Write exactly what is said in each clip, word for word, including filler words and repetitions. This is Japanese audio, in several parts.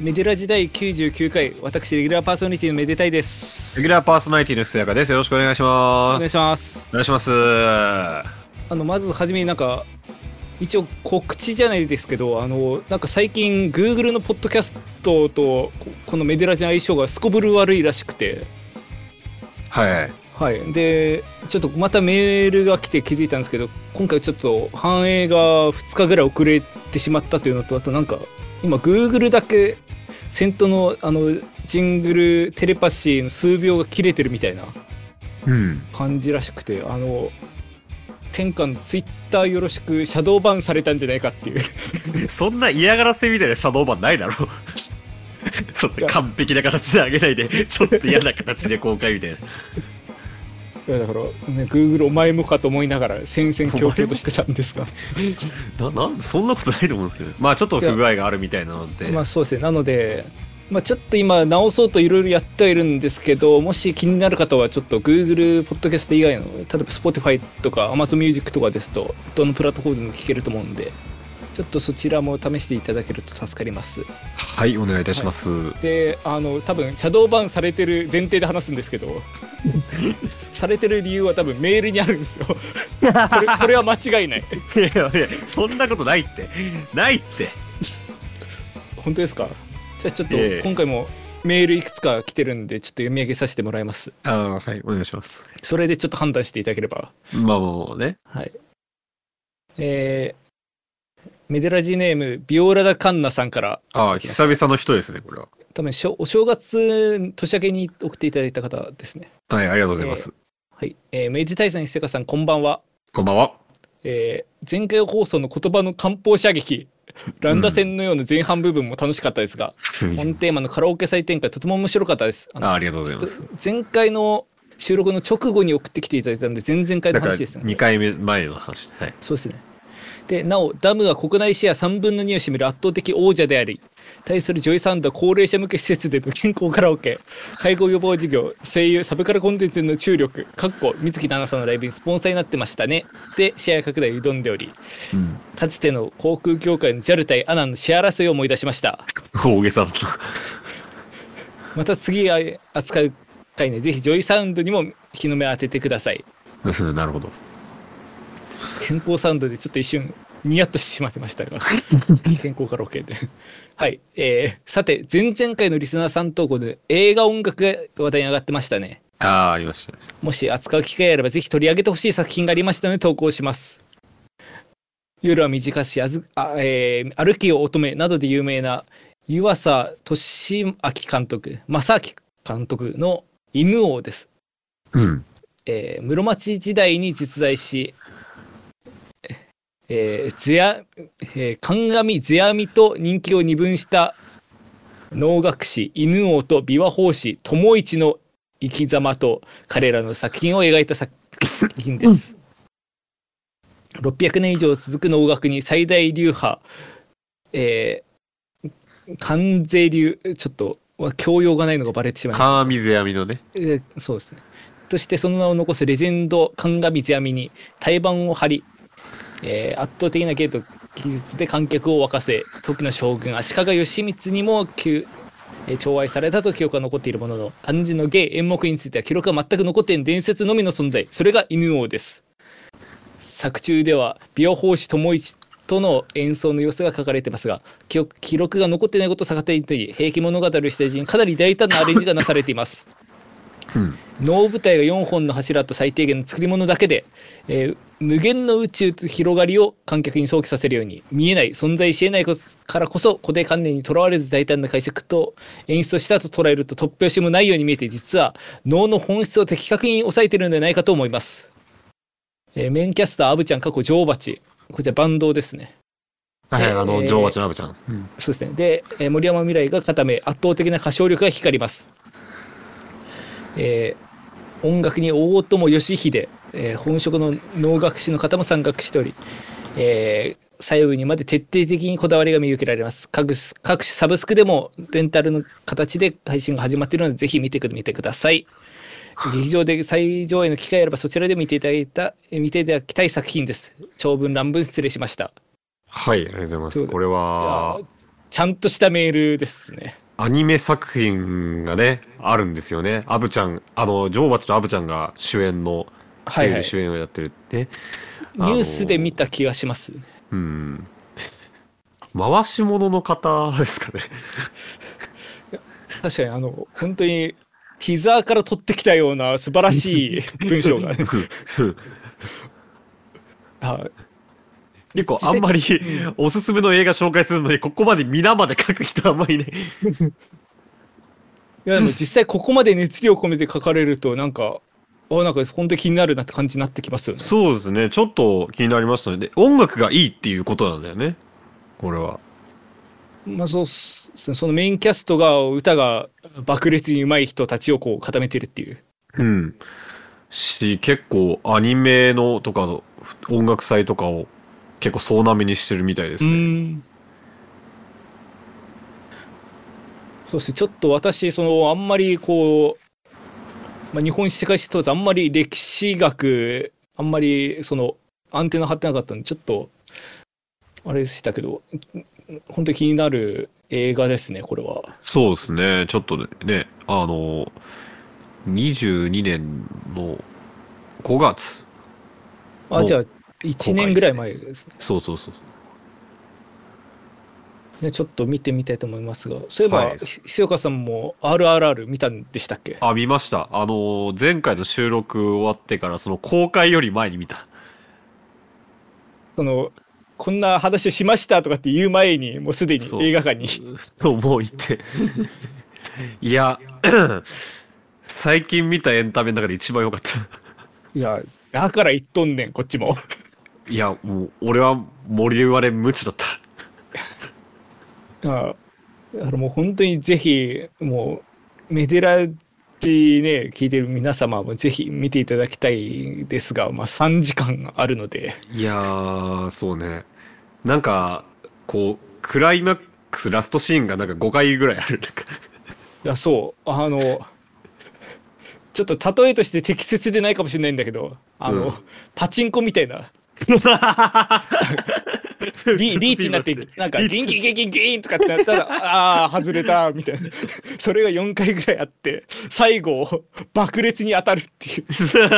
メデラ時代きゅうじゅうきゅうかい、私レギュラーパーソナリティのめでたいです。 レギュラーパーソナリティのふつやかです。よろしくお願いします。 お願いします。 お願いします。 あのまずはじめになんか一応告知じゃないですけど、あのなんか最近 Google のポッドキャストとこのメデラジの相性がすこぶる悪いらしくて、 はいはい、でちょっとまたメールが来て気づいたんですけど、今回ちょっと反映がふつかぐらい遅れてしまったというのと、あとなんか今 Google だけ先頭のあのジングルテレパシーの数秒が切れてるみたいな感じらしくて、うん、あの天下のツイッターよろしくシャドーバンされたんじゃないかっていうそんな嫌がらせみたいなシャドーバンないだろそんな完璧な形で上げないでちょっと嫌な形で公開みたいな。 いやだから、ね、Google お前もかと思いながら戦々恐々としてたんですがななんそんなことないと思うんですけど、まあちょっと不具合があるみたいなので、 まあそうですね。なので、まあ、ちょっと今直そうといろいろやってはいるんですけど、もし気になる方はちょっと Google ポッドキャスト以外の例えば Spotify とか Amazon Music とかですとどのプラットフォームでも聞けると思うんで、ちょっとそちらも試していただけると助かります。 はい、お願いいたします、はい、 で、あの多分シャドーバンされてる前提で話すんですけどされてる理由は多分メールにあるんですよこれ、これは間違いないいやいやそんなことないってないって本当ですか。じゃあちょっと今回もメールいくつか来てるんでちょっと読み上げさせてもらいます。 ああ、はい、お願いします。 それでちょっと判断していただければ。 まあもうね、 はい。えーメデラジネームビオラダカンナさんから。 ああ、久々の人ですね、これは。 多分お正月年明けに送っていただいた方ですね。 はい、ありがとうございます。 えー、はい、えー、メディタイさん、石坂さん、こんばんは。 こんばんは。 えー、前回放送の言葉の漢方射撃ランダ戦のような前半部分も楽しかったですが、うん、本テーマのカラオケ祭展開とても面白かったです。 あ, あ, ありがとうございます。 前回の収録の直後に送ってきていただいたので前々回の話ですね。 にかいめ前の話、はい、 そうですね。でなおダムは国内シェアさんぶんのにを占める圧倒的王者であり、対するジョイサウンドは高齢者向け施設での健康カラオケ、介護予防事業、声優、サブカルコンテンツの注力、かっこ水木奈々さんのライブにスポンサーになってましたねでシェア拡大を挑んでおり、うん、かつての航空業界の ジャル 対アナのシェア争いを思い出しました。 大げさまた次扱う回ね、ぜひジョイサウンドにも日の目を当ててください。 なるほど。 健康サウンドでちょっと一瞬ニヤッとしてしまってましたが健康カラオケではい、えー、さて前々回のリスナーさん投稿で映画音楽が話題に上がってましたね。 ああ、ありました。 もし扱う機会あればぜひ取り上げてほしい作品がありましたので投稿します。夜は短しあずあ、えー、歩きを乙女などで有名な湯浅俊明監督正明監督の犬王です、 うんえー、室町時代に実在しえー、世阿えー、神上世阿弥と人気を二分した能楽師犬王と琵琶法師友一の生き様と彼らの作品を描いた作品です、うん、ろっぴゃくねん以上続く能楽に最大流派、えー、関税流ちょっと教養がないのがバレてしまいました。 神上世阿弥のね、 えー、そうですね。としてその名を残すレジェンド神上世阿弥に対バンを張り、えー、圧倒的な芸と技術で観客を沸かせ、時の将軍足利義満にも旧、えー、寵愛されたと記憶が残っているものの、漢字の芸演目については記録が全く残っている伝説のみの存在、それが犬王です。作中では琵琶法師友一との演奏の様子が書かれていますが、記憶記録が残っていないことを逆手にとり、平家物語をした時にかなり大胆なアレンジがなされていますうん、能舞台がよんほんの柱と最低限の作り物だけで、えー、無限の宇宙と広がりを観客に想起させるように見えない存在しえないからこそ固定観念にとらわれず大胆な解釈と演出をしたと捉えると突拍子もないように見えて、実は能の本質を的確に抑えているのではないかと思います、えー、メインキャスターアブちゃん過去女王蜂、こちらバンドですね。 はい、えー、あの女王蜂のアブちゃん、 うん、そうですね。で、えー、森山未来が固め圧倒的な歌唱力が光ります。えー、音楽に大友義秀、えー、本職の能楽師の方も参画しており、えー、細部にまで徹底的にこだわりが見受けられます。各各種サブスクでもレンタルの形で配信が始まっているのでぜひ見てみてください。劇場で再上映の機会あればそちらで見ていただいた見ていただきたい作品です。長文乱文失礼しました。 はい、ありがとうございます。これはちゃんとしたメールですね。 アニメ作品がね、あるんですよね。アブちゃん、あの、女王蜂のアブちゃんが主演の、 はいはい。 声優主演をやってるって。 ニュースで見た気がします。 うん。回し物の方ですかね。 確かに、あの、本当に、ティザーから取ってきたような素晴らしい文章がね。あ結構あんまりおすすめの映画紹介するのに、ここまで皆まで書く人あんまりいない。 いやでも実際ここまで熱量込めて書かれるとなんか、あなんか本当に気になるなって感じになってきますよね。 そうですね。ちょっと気になりましたね。で、音楽がいいっていうことなんだよね。これは。 まあそうっすね、そのメインキャストが歌が爆裂に上手い人たちをこう固めてるっていう。 うん。し、結構アニメのとかの音楽祭とかを結構総なめにしてるみたいですうね。 ん。そうですね、ちょっと私、そのあんまりこう、まあ、日本史世界史問わずあんまり歴史学、あんまりそのアンテナ張ってなかったんで、ちょっと、あれでしたけど、本当に気になる映画ですね、これは。 そうですね。ちょっとね、あの、にじゅうにねんのごがつあ、 のじゃあ、いちねんぐらい前ですね。 そうそうそう。 ねちょっと見てみたいと思いますが、そういえば、 はいひひ岡さんも アールアールアール 見たんでしたっけ？ あ、見ました。あの、前回の収録終わってから、その公開より前に見た。 その、こんな話をしましたとかって言う前に、もうすでにそう。 映画館に。 そう、もう言って。いや、最近見たエンタメの中で一番良かった。 いや、だから言っとんねん、こっちも。 いや、もう、俺は森言われ無知だった。 あだからもう本当にぜひ、もう、メデラジね、聞いてる皆様もぜひ見ていただきたいですが、まあさんじかんあるので。 いやー、そうね。なんか、こう、クライマックスラストシーンがなんかごかいぐらいある。なんかいや、そう、あの、ちょっと例えとして適切でないかもしれないんだけど、あの、 うんパチンコみたいな、リリーチになって、なんか、ギンギンギンギンギンとかってやったら、ああー、外れた、みたいな。それがよんかいぐらいあって、最後、爆裂に当たるっていう。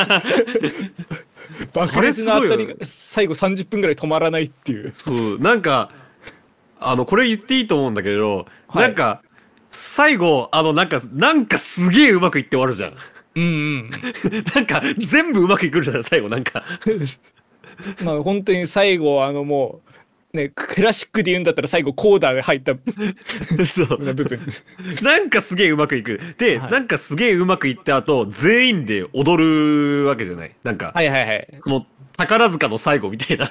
爆裂の当たりが最後さんじゅっぷんぐらい止まらないっていう。 そう、なんか、あの、これ言っていいと思うんだけど、 はいなんか、最後、あの、なんか、なんかすげえうまくいって終わるじゃん。 うんうん。 なんか、全部うまくいくじゃん、最後、なんか。 まあ本当に最後、あのもう、ね、クラシックで言うんだったら最後コーダーで入ったそう。 部分。 なんかすげえうまくいく。で、 はいなんかすげえうまくいった後、全員で踊るわけじゃない。なんか、 はいはいはい。 その、宝塚の最後みたいな。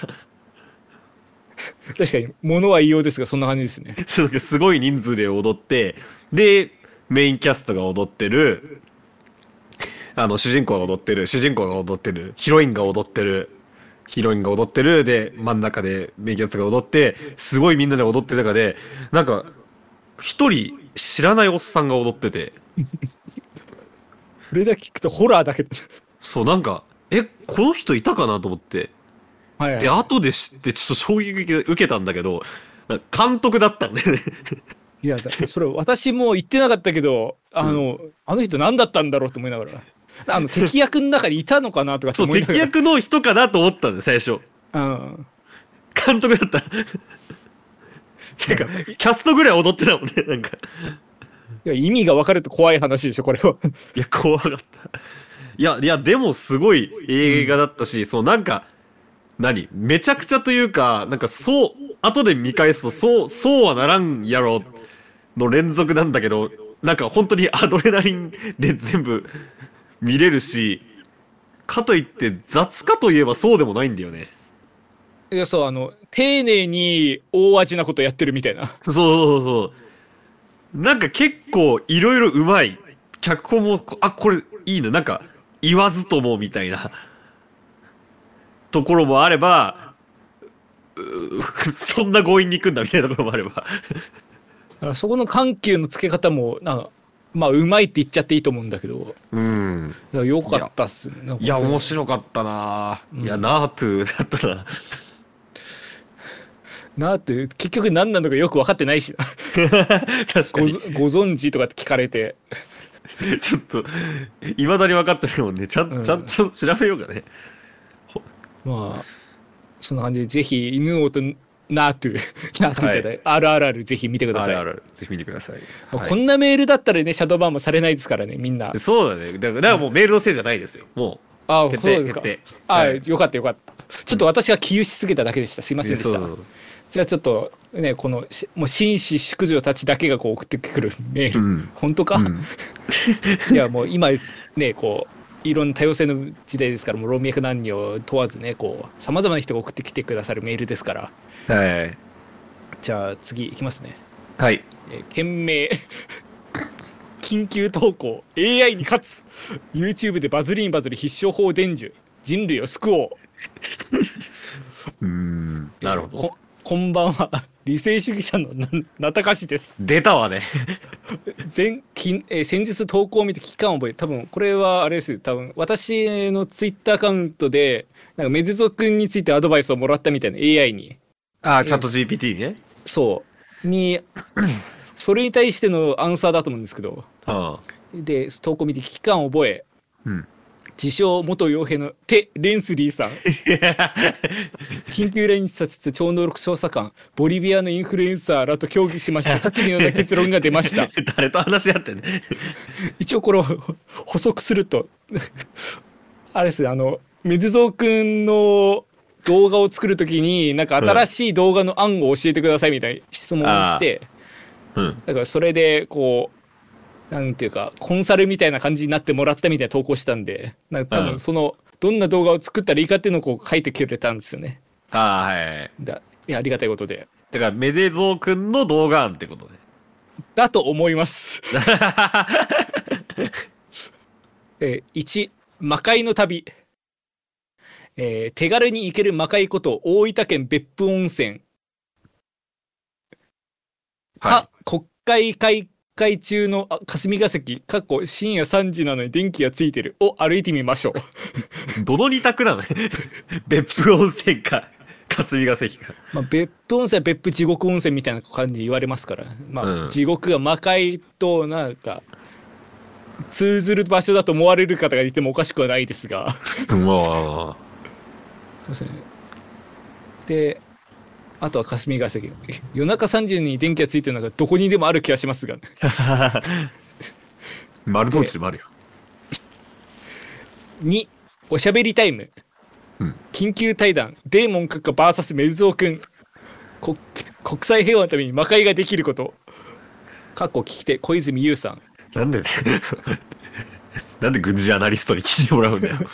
確かに、物は言いようですが、そんな感じですね。 そうなんかすごい人数で踊って、で、メインキャストが踊ってる、あの、主人公が踊ってる、主人公が踊ってる、ヒロインが踊ってる、ヒロインが踊ってる、で、真ん中でメインキャストが踊って、すごいみんなで踊ってる中で、なんか、一人知らないおっさんが踊ってて、 これだけ聞くとホラーだけど。 そう、なんか、え、この人いたかなと思って、で、 はいはい。 後で知ってちょっと衝撃受けたんだけど、監督だったんだよね。 いや、だそれ私も言ってなかったけど、あの、あの人何だったんだろうと思いながら。あの、敵役の中にいたのかなとかってそう、 思いながら。 敵役の人かなと思ったんだよ、最初。 うん。 監督だった。てか、キャストぐらい踊ってたもんね、なんか。 いや意味が分かると怖い話でしょ、これは。 いや、怖かった。いや、いや、でもすごい映画だったし、そう、なんか、何めちゃくちゃというか、なんかそう、後で見返すと、そう、そうはならんやろの連続なんだけど、なんか本当にアドレナリンで全部見れるし、かといって雑かといえばそうでもないんだよね。 いや、そう、あの、丁寧に大味なことやってるみたいな。 そうそうそう。なんか結構いろいろうまい。脚本も、あ、これいいな。なんか言わずともみたいなところもあれば、うそんな強引に行くんだみたいなところもあれば。 だからそこの緩急のつけ方も、なんか、まあ、うまいって言っちゃっていいと思うんだけど、 うん。 いや、よかったっすね。なんかいや、面本白かったな、 うんいや、ナートゥだったな。 なって結局何なのかよく分かってないしな確かごにご存知とかって聞かれてちょっといまだに分かってないもんね。ちゃん、 うんちゃんと調べようかね。 まあそんな感じでぜひ犬王とナートゥナートゥじゃない、はい、アールアールアール ぜひ見てください。 アールアールアール ぜひ見てください、はい、 こんなメールだったらねシャドーバンもされないですからねみんな。 そうだね。だからだからもうメールのせいじゃないですよ。もうああそうですか。ああ、はい、よかったよかった。ちょっと私が気憂しすぎただけでした。すいませんでした。そうそう、じゃあちょっとねこのもう紳士淑女たちだけがこう送ってくるメール、うん、本当か、うん、いやもう今ねこういろんな多様性の時代ですからもう老若男女問わずねこうさまざまな人が送ってきてくださるメールですから。 はい。 じゃあ次いきますね。 はい。 えー、件名緊急投稿 エーアイ に勝つ YouTube でバズりんバズり必勝法伝授人類を救おううーんなるほど。 こ, こんばんは理性主義者のなたかしです。 出たわね前き、えー、先日投稿を見て危機感を覚え多分これはあれです多分私のツイッターアカウントでなんかメデゾ君についてアドバイスをもらったみたいな エーアイ にああチャット ジーピーティー ねそうにそれに対してのアンサーだと思うんですけど、 ああで投稿見て危機感を覚え、 うん、 自称元傭兵のテ・レンスリーさん緊急来日させた超能力調査官ボリビアのインフルエンサーらと協議しました下記のような結論が出ました誰と話し合ってんね一応これを補足するとあれですねあのメデゾー君の動画を作るときになんか新しい動画の案を教えてくださいみたいな質問をして、うん、だからそれでこうなんていうかコンサルみたいな感じになってもらったみたいな投稿したんでなんか多分そのどんな動画を作ったらいいかっていうのをこう書いてくれたんですよね。 ああはい、はい、 だいやありがたいことでだからメデゾー君の動画案ってことねだと思いますえいち魔界の旅えー、手軽に行ける魔界こと大分県別府温泉か、はい、国会開会中の霞が関かっこ深夜さんじなのに電気がついてるを歩いてみましょうどの二択なの別府温泉か霞が関か、 まあ、別府温泉は別府地獄温泉みたいな感じで言われますから、まあうん、地獄が魔界となんか通ずる場所だと思われる方がいてもおかしくはないですがまあであとは霞が関夜中さんじに電気がついてるのがどこにでもある気がしますが丸の内でもあるよ。 におしゃべりタイム、うん、緊急対談デーモン閣下 ブイエス メルゾー君国際平和のために魔界ができることかっこ聞き手小泉優さんなんでなんで軍事アナリストに聞いてもらうんだよ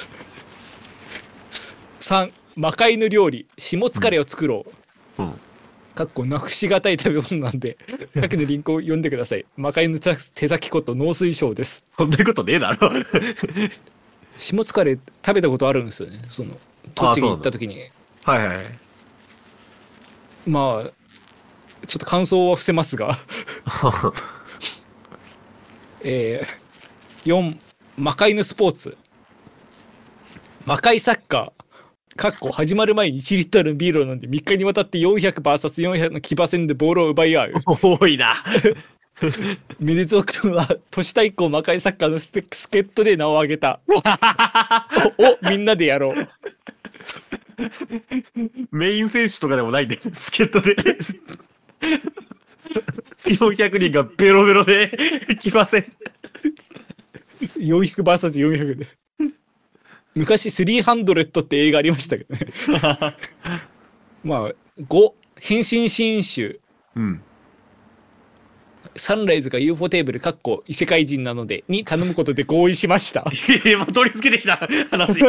さん魔界の料理下疲れを作ろう、うん、かっこなくしがたい食べ物なんでさっきのリンクを読んでください。魔界の手先こと農水省です。 そんなことねえだろ下疲れ食べたことあるんですよねその栃木に行った時に。 はいはいまあちょっと感想は伏せますがえー、よん魔界のスポーツ魔界サッカーかっこ始まる前にいちリットルのビールを飲んでみっかにわたって よんひゃくブイエスよんひゃく の騎馬戦でボールを奪い合う多いなメデゾー君は都市対抗魔界サッカーの助っ人で名を挙げたおみんなでやろうメイン選手とかでもないんで助っ人でよんひゃくにんがベロベロで騎馬戦よんひゃくブイエスよんひゃく で昔スリーハンドレットって映画ありましたけどねまあご変身新種、うん、サンライズが ユーフォー テーブルかっこ異世界人なのでに頼むことで合意しましたいやもう取り付けてきた話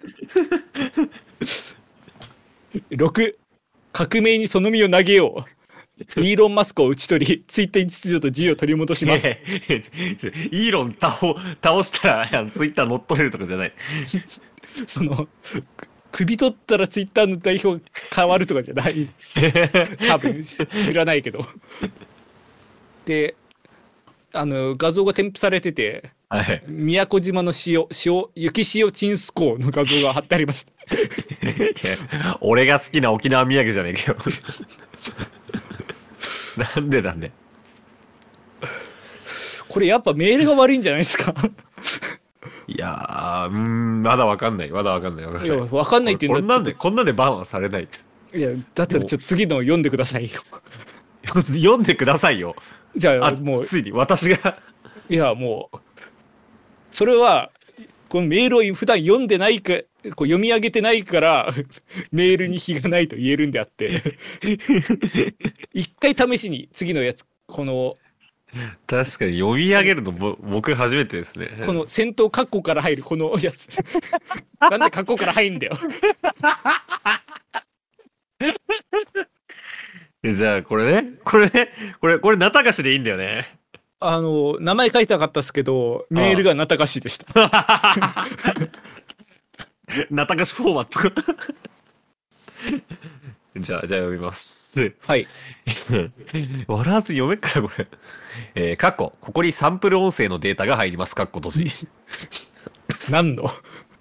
ろく革命にその身を投げようイーロン・マスクを打ち取りツイッターに秩序と自由を取り戻します。イーロン倒倒したらツイッター乗っ取れるとかじゃないその首取ったらツイッターの代表変わるとかじゃない多分知らないけどであの画像が添付されててはい。 宮古島の塩、塩、雪塩チンスコーの画像が貼ってありました。 俺が好きな沖縄土産じゃねえけど。なんでなんで。 これやっぱメールが悪いんじゃないですか。 いやー、うーん、まだわかんない。まだわかんない。わかんいや、 ない。 わかんないっていうこんなんで、 のはちょっと、 こんなんでバンはされないです。 いや、だったらちょっと次の読んでくださいよ。 読んでくださいよ。 じゃあ、 あ、 もう、 ついに私が。 いや、もう、それは、このメールを普段読んでないか、こう読み上げてないから、メールに非がないと言えるんであって、一回試しに次のやつ、この、 確かに読み上げるのぼ僕初めてですね。 この戦闘カッコから入るこのやつ。なんでカッコから入るんだよ。 じゃあこれね、これね、これ、これ、なたかしでいいんだよね。 あの、名前書いてなかったですけど、メールがなたかしでした。 なたかしフォーマット。じゃあ、じゃあ読みます。 はい。 笑わず読めっから、これ。えー、かっこ、ここにサンプル音声のデータが入ります。かっこ閉じ。 何の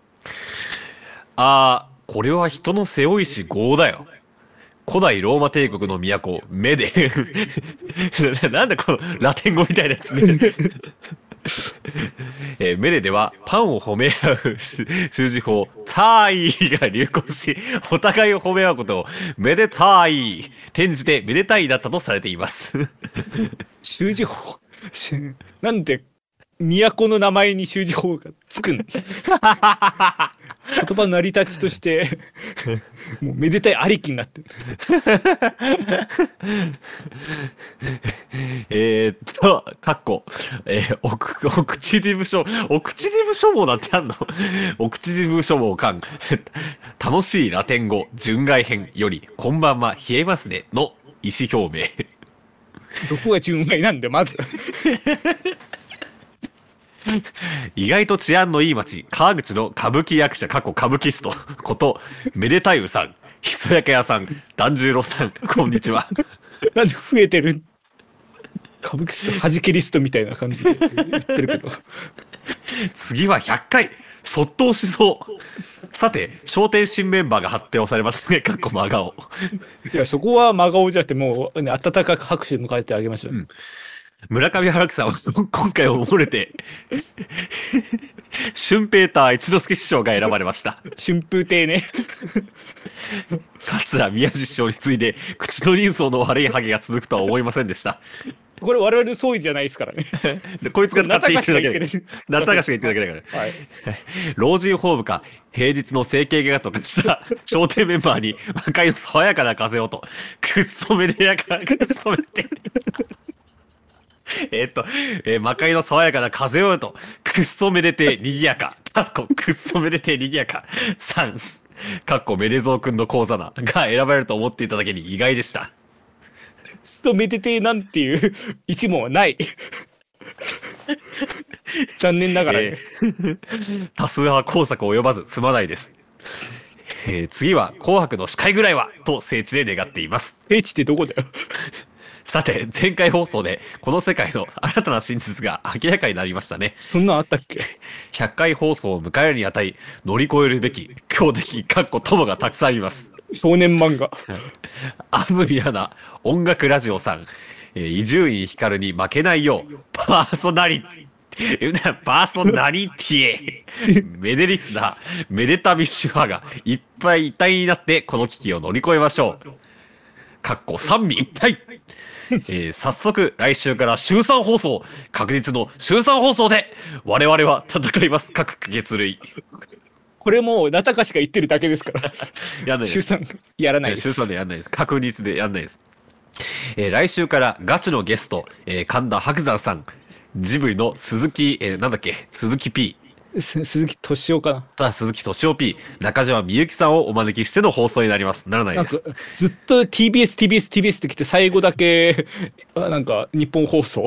あー、これは人の背負いし業だよ。古代ローマ帝国の都、メデ。なんだこのラテン語みたいなやつね。えーメデではパンを褒め合う習字法タイが流行し、お互いを褒め合うことをめでたい転じてめでたいだったとされています。 習字法。なんで都の名前に習字法がつくの。言葉の成り立ちとしてもうめでたいありきになってる。 えーっと、かっこ、えー、おく、お口事務所、お口事務所網なんてあんの。お口事務所網間、楽しいラテン語、純外編より、こんばんは、冷えますね、の意思表明。 どこが純愛なんでまず。 意外と治安のいい町、川口の歌舞伎役者、過去歌舞伎ストこと、めでたいうさん、ひそやか屋さん、團十郎さん、こんにちは。 なんで増えてる。歌舞伎ストはじけリストみたいな感じで言ってるけど。 次はひゃっかい、そっとしそう。さて、笑点新メンバーが発表されましたね、かっこ真顔。 いや、そこは真顔じゃなくて、もう、ね、温かく拍手で迎えてあげましょう。うん、 村上春樹さんは今回を漏れて春平太一之輔師匠が選ばれました。 春風亭ね。 桂宮治師匠に次いで口の人相の悪いハゲが続くとは思いませんでした。 これ我々の総意じゃないですからね。 でこいつが勝手に言ってるだけで、なたかしが言ってるだけだから、はい、老人ホームか平日の整形外科とかした笑点メンバーに魔界の爽やかな風をとくっそめでやかくっそめでえっと、えー、魔界の爽やかな風をとくっそめでてにぎやかかっこくっそめでてにぎやかさんかっこめでぞうくんの講座なが選ばれると思っていただけに意外でした。 勤めててなんていう一問はない。残念ながら、ね、 えー、多数派工作及ばずすまないです。えー、次は紅白の司会ぐらいはと聖地で願っています。 聖地ってどこだよ。 さて前回放送でこの世界の新たな真実が明らかになりましたね。 そんなんあったっけ。 ひゃっかい放送を迎えるにあたり乗り越えるべき強敵かっこ友がたくさんいます。 少年漫画。 安住アナ音楽ラジオさん伊集院光に負けないようパーソナリティパーソナリティメデリスナーメデタビッシュ派がいっぱい一体になってこの危機を乗り越えましょう。かっこ三位一体。えー、早速来週から週さん放送確実の週さん放送で我々は戦います。各月類。 これもなたかしが言ってるだけですから。 やんないです。 週さんやらないです。 週さんでやんないです。確実でやんないです。えー、来週からガチのゲスト、えー、神田伯山さん、ジブリの鈴木、えー、なんだっけ鈴木 P。 鈴木敏夫かな。 ただ鈴木敏夫 P、中島みゆきさんをお招きしての放送になります。ならないです。 ずっと ティービーエス、ティービーエス、ティービーエス ってきて最後だけなんか日本放送。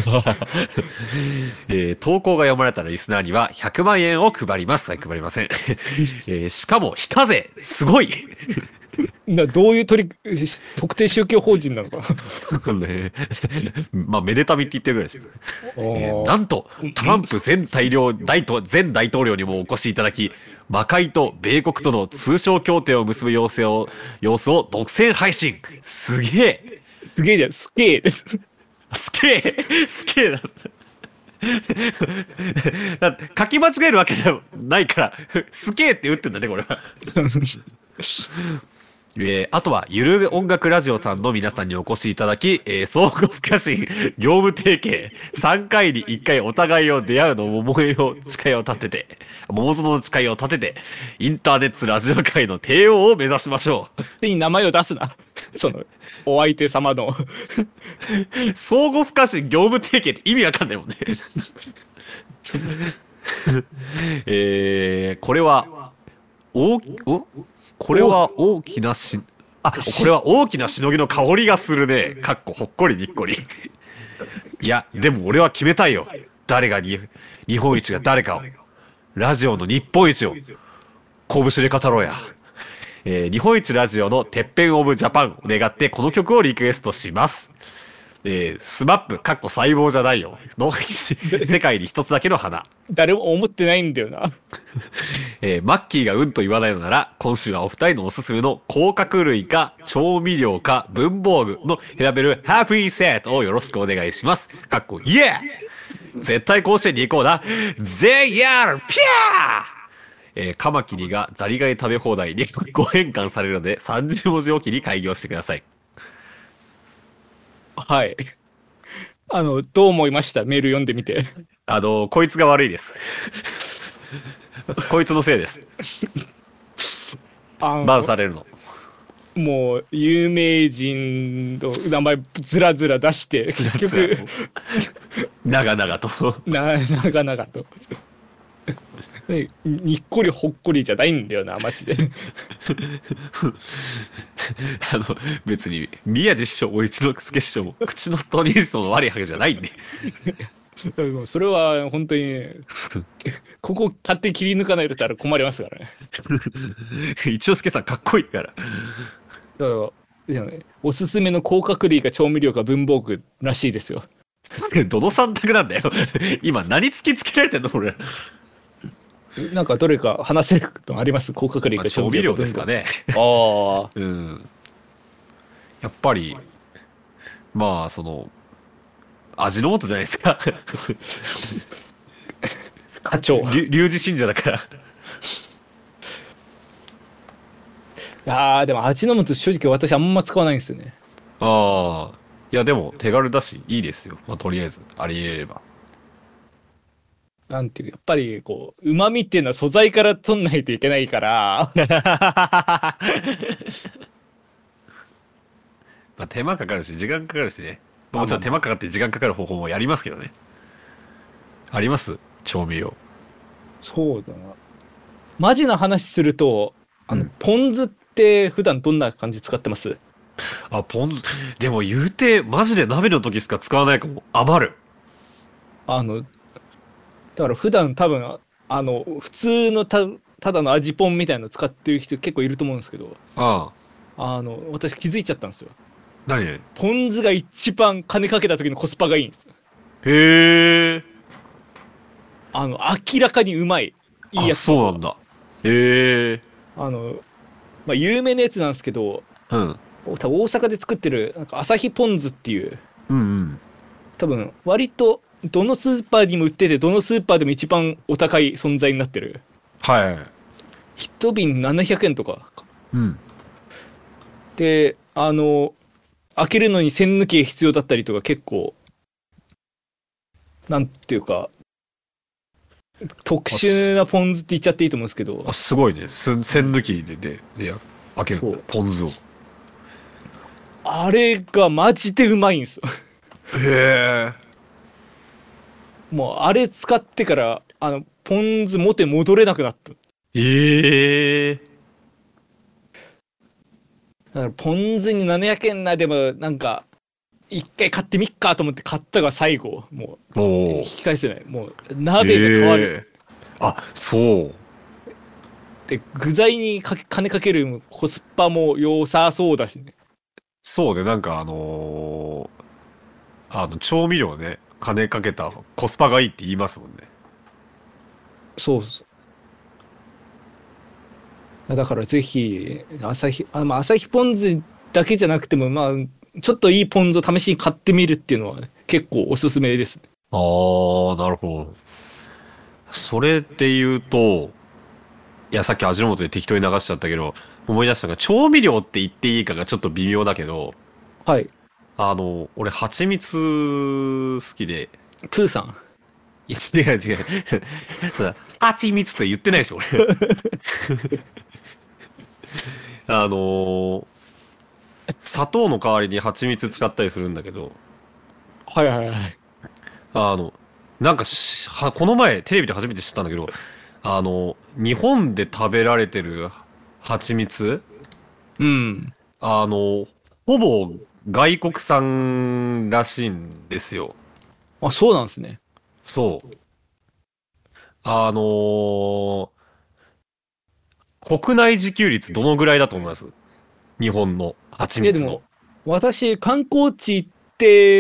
えー、投稿が読まれたらリスナーにはひゃくまんえんを配ります。はい、配りません。えー、しかも非課税すごい。 などういう取り特定宗教法人なのかね、まあめでたみって言ってるぐらいですよ、えー、 な。 なんとトランプ前大領大統前大統領にもお越しいただき、魔界と米国との通商協定を結ぶ様子を様子を独占配信。すげえすげえじゃん、すげえです。 すげえすげえだだって書き間違えるわけではないからすげえって打ってんだねこれは。えー、あとはゆる音楽ラジオさんの皆さんにお越しいただき、えー、相互不可侵業務提携さんかいにいっかいお互いを出会うの桃江を誓いを立てて桃園の誓いを立ててインターネットラジオ界の帝王を目指しましょう。 手に名前を出すな、そのお相手様の相互不可侵業務提携って意味わかんないもんねえー、これはおおこれは大きなしあこれは大きなしのぎの香りがするね。かっこほっこりにっこり。いやでも俺は決めたいよ。誰がに日本一が誰かを、ラジオの日本一を拳で語ろうや。えー、日本一ラジオのてっぺんオブジャパンを願ってこの曲をリクエストします。えー、スマップかっこ細胞じゃないよの世界に一つだけの花。 誰も思ってないんだよな。 えー、マッキーがうんと言わないのなら今週はお二人のおすすめの甲殻類か調味料か文房具の選べるハッピーセットをよろしくお願いします。かっこイエー絶対甲子園に行こうな。ゼイヤーピャーえー、カマキリがザリガニ食べ放題にご変換されるのでさんじゅう文字おきに開業してください。 はい。あの、どう思いました？メール読んでみて。 あの、こいつが悪いです。こいつのせいです。 あのバンされるの。 もう、有名人の名前ずらずら出して、結局、 長々と。 な、長々と。ね、にっこりほっこりじゃないんだよな、マジで。 あの別に宮地師匠も一之輔師匠も口のトニースの悪いわけじゃないんで。 それは本当に、ね、ここ勝手に切り抜かないとったら困りますからね。 一之輔さんかっこいいから。だからね、おすすめの甲殻類か調味料か文房具らしいですよ。 どの三択なんだよ。今何突きつけられてんの俺。 なんかどれか話せることあります？甲殻類か調味料ですかね。 ああ、 うん。やっぱりまあその味の素じゃないですか。 課長。 龍龍神信者だから。 ああでも味の素正直私あんま使わないんですよね。 ああいやでも手軽だしいいですよ。まあとりあえずありえれば。 なんていうやっぱりこう旨味っていうのは素材から取んないといけないから。 まあ手間かかるし時間かかるしね。もちろん手間かかって時間かかる方法もやりますけどね。あります調味料。 そうだな。マジな話するとあの、うん、ポン酢って普段どんな感じ使ってます？ あポン酢でも言うてマジで鍋の時しか使わないかも。余る。 あのだから普段多分あの普通の た, ただの味ポンみたいなの使ってる人結構いると思うんですけど、 あああの私気づいちゃったんですよ。 何？ ポン酢が一番金かけた時のコスパがいいんですよ。 へえ。 あの明らかにうまいいいやつ。 そうなんだ。へえ。 あのまあ有名なやつなんですけど、 うん、 多分大阪で作ってるなんか朝日ポン酢っていう、 うんうん、 多分割とどのスーパーにも売っててどのスーパーでも一番お高い存在になってる。 はい一瓶ななひゃくえんとか、 うん、 であの開けるのに栓抜きが必要だったりとか結構なんていうか特殊なポン酢って言っちゃっていいと思うんですけど。 あすごいね。栓抜きででで開けるポン酢を。 あれがマジでうまいんですよ。 へえ。 もうあれ使ってからあのポン酢元に戻れなくなった。 ええ。 だからポン酢にななひゃくえんなでもなんか一回買ってみっかと思って買ったが最後もう引き返せない。もう鍋が変わる、 えー、あそうで具材にかけ金かけるコスパも良さそうだしね。 そうで、なんかあのーあの、調味料ね、金かけたコスパがいいって言いますもんね。 そうっす。だからぜひ、朝日、あ、まあ、朝日ポン酢だけじゃなくても、まあ、ちょっといいポン酢を試しに買ってみるっていうのは、ね、結構おすすめです。 ああ、なるほど。それで言うと、いや、さっき味の素で適当に流しちゃったけど、思い出したのが、調味料って言っていいかがちょっと微妙だけど、 はい。 あの、俺、蜂蜜好きで、 プーさん。 いや、違う違う。そう、蜂蜜って言ってないでしょ、俺。あのー砂糖の代わりに蜂蜜使ったりするんだけど、 はいはいはい。 あの、なんかしは、この前テレビで初めて知ったんだけど、あの、日本で食べられてる蜂蜜、 うん。 あの、ほぼ外国産らしいんですよ。 あ、そうなんですね。 そう。あのー国内自給率どのぐらいだと思います？日本の蜂いや、で蜜の。 も、私、観光地行って、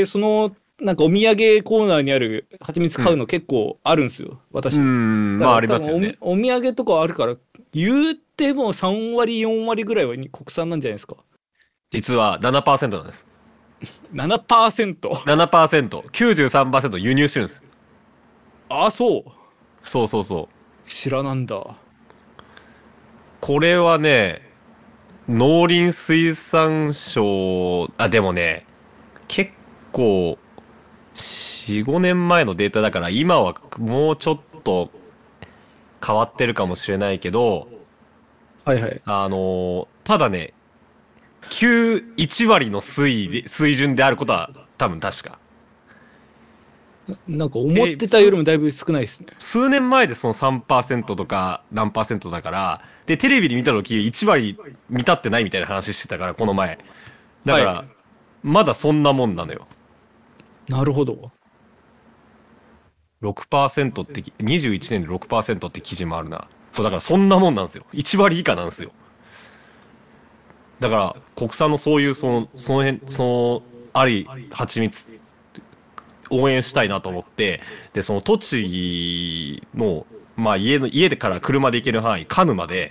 その、なんかお土産コーナーにある蜂蜜買ううん。 の結構あるんですよ、 うー私。 ん、 だかまあありら多分おみ、 ますよね。 お土産とかあるから、言うてもさん割、よん割ぐらいはに国産なんじゃないですか。 実はななパーセントなんです。 ななパーセント。 ななパーセント、きゅうじゅうさんパーセント輸入してるんです。 あ、そう。 そうそうそう。 知らなんだ。 これはね、農林水産省、あ、でもね、結構、よん、ごねんまえのデータだから、今はもうちょっと変わってるかもしれないけど、 はいはい。 あの、ただね、きゅう、いち割の水位で、水準であることは多分確か。 なんか思っで、 てたより数、 もだいぶ少ないですね。 数年前でそのさんパーセントとか何パーセントだから、で、テレビで見た時いち割満たってないみたいな話してたから、この前。だから、 はい。 まだそんなもんなのよ。 なるほど。 ろくパーセントって、にじゅういちねんでろくパーセントって記事もあるな。そう、だからそんなもんなんですよ。いち割以下なんですよ。だから、国産のそういう、その、その辺、その、あり、蜂蜜、応援したいなと思って、で、その栃木の、まあ家の、家でから車で行ける範囲、鹿沼で、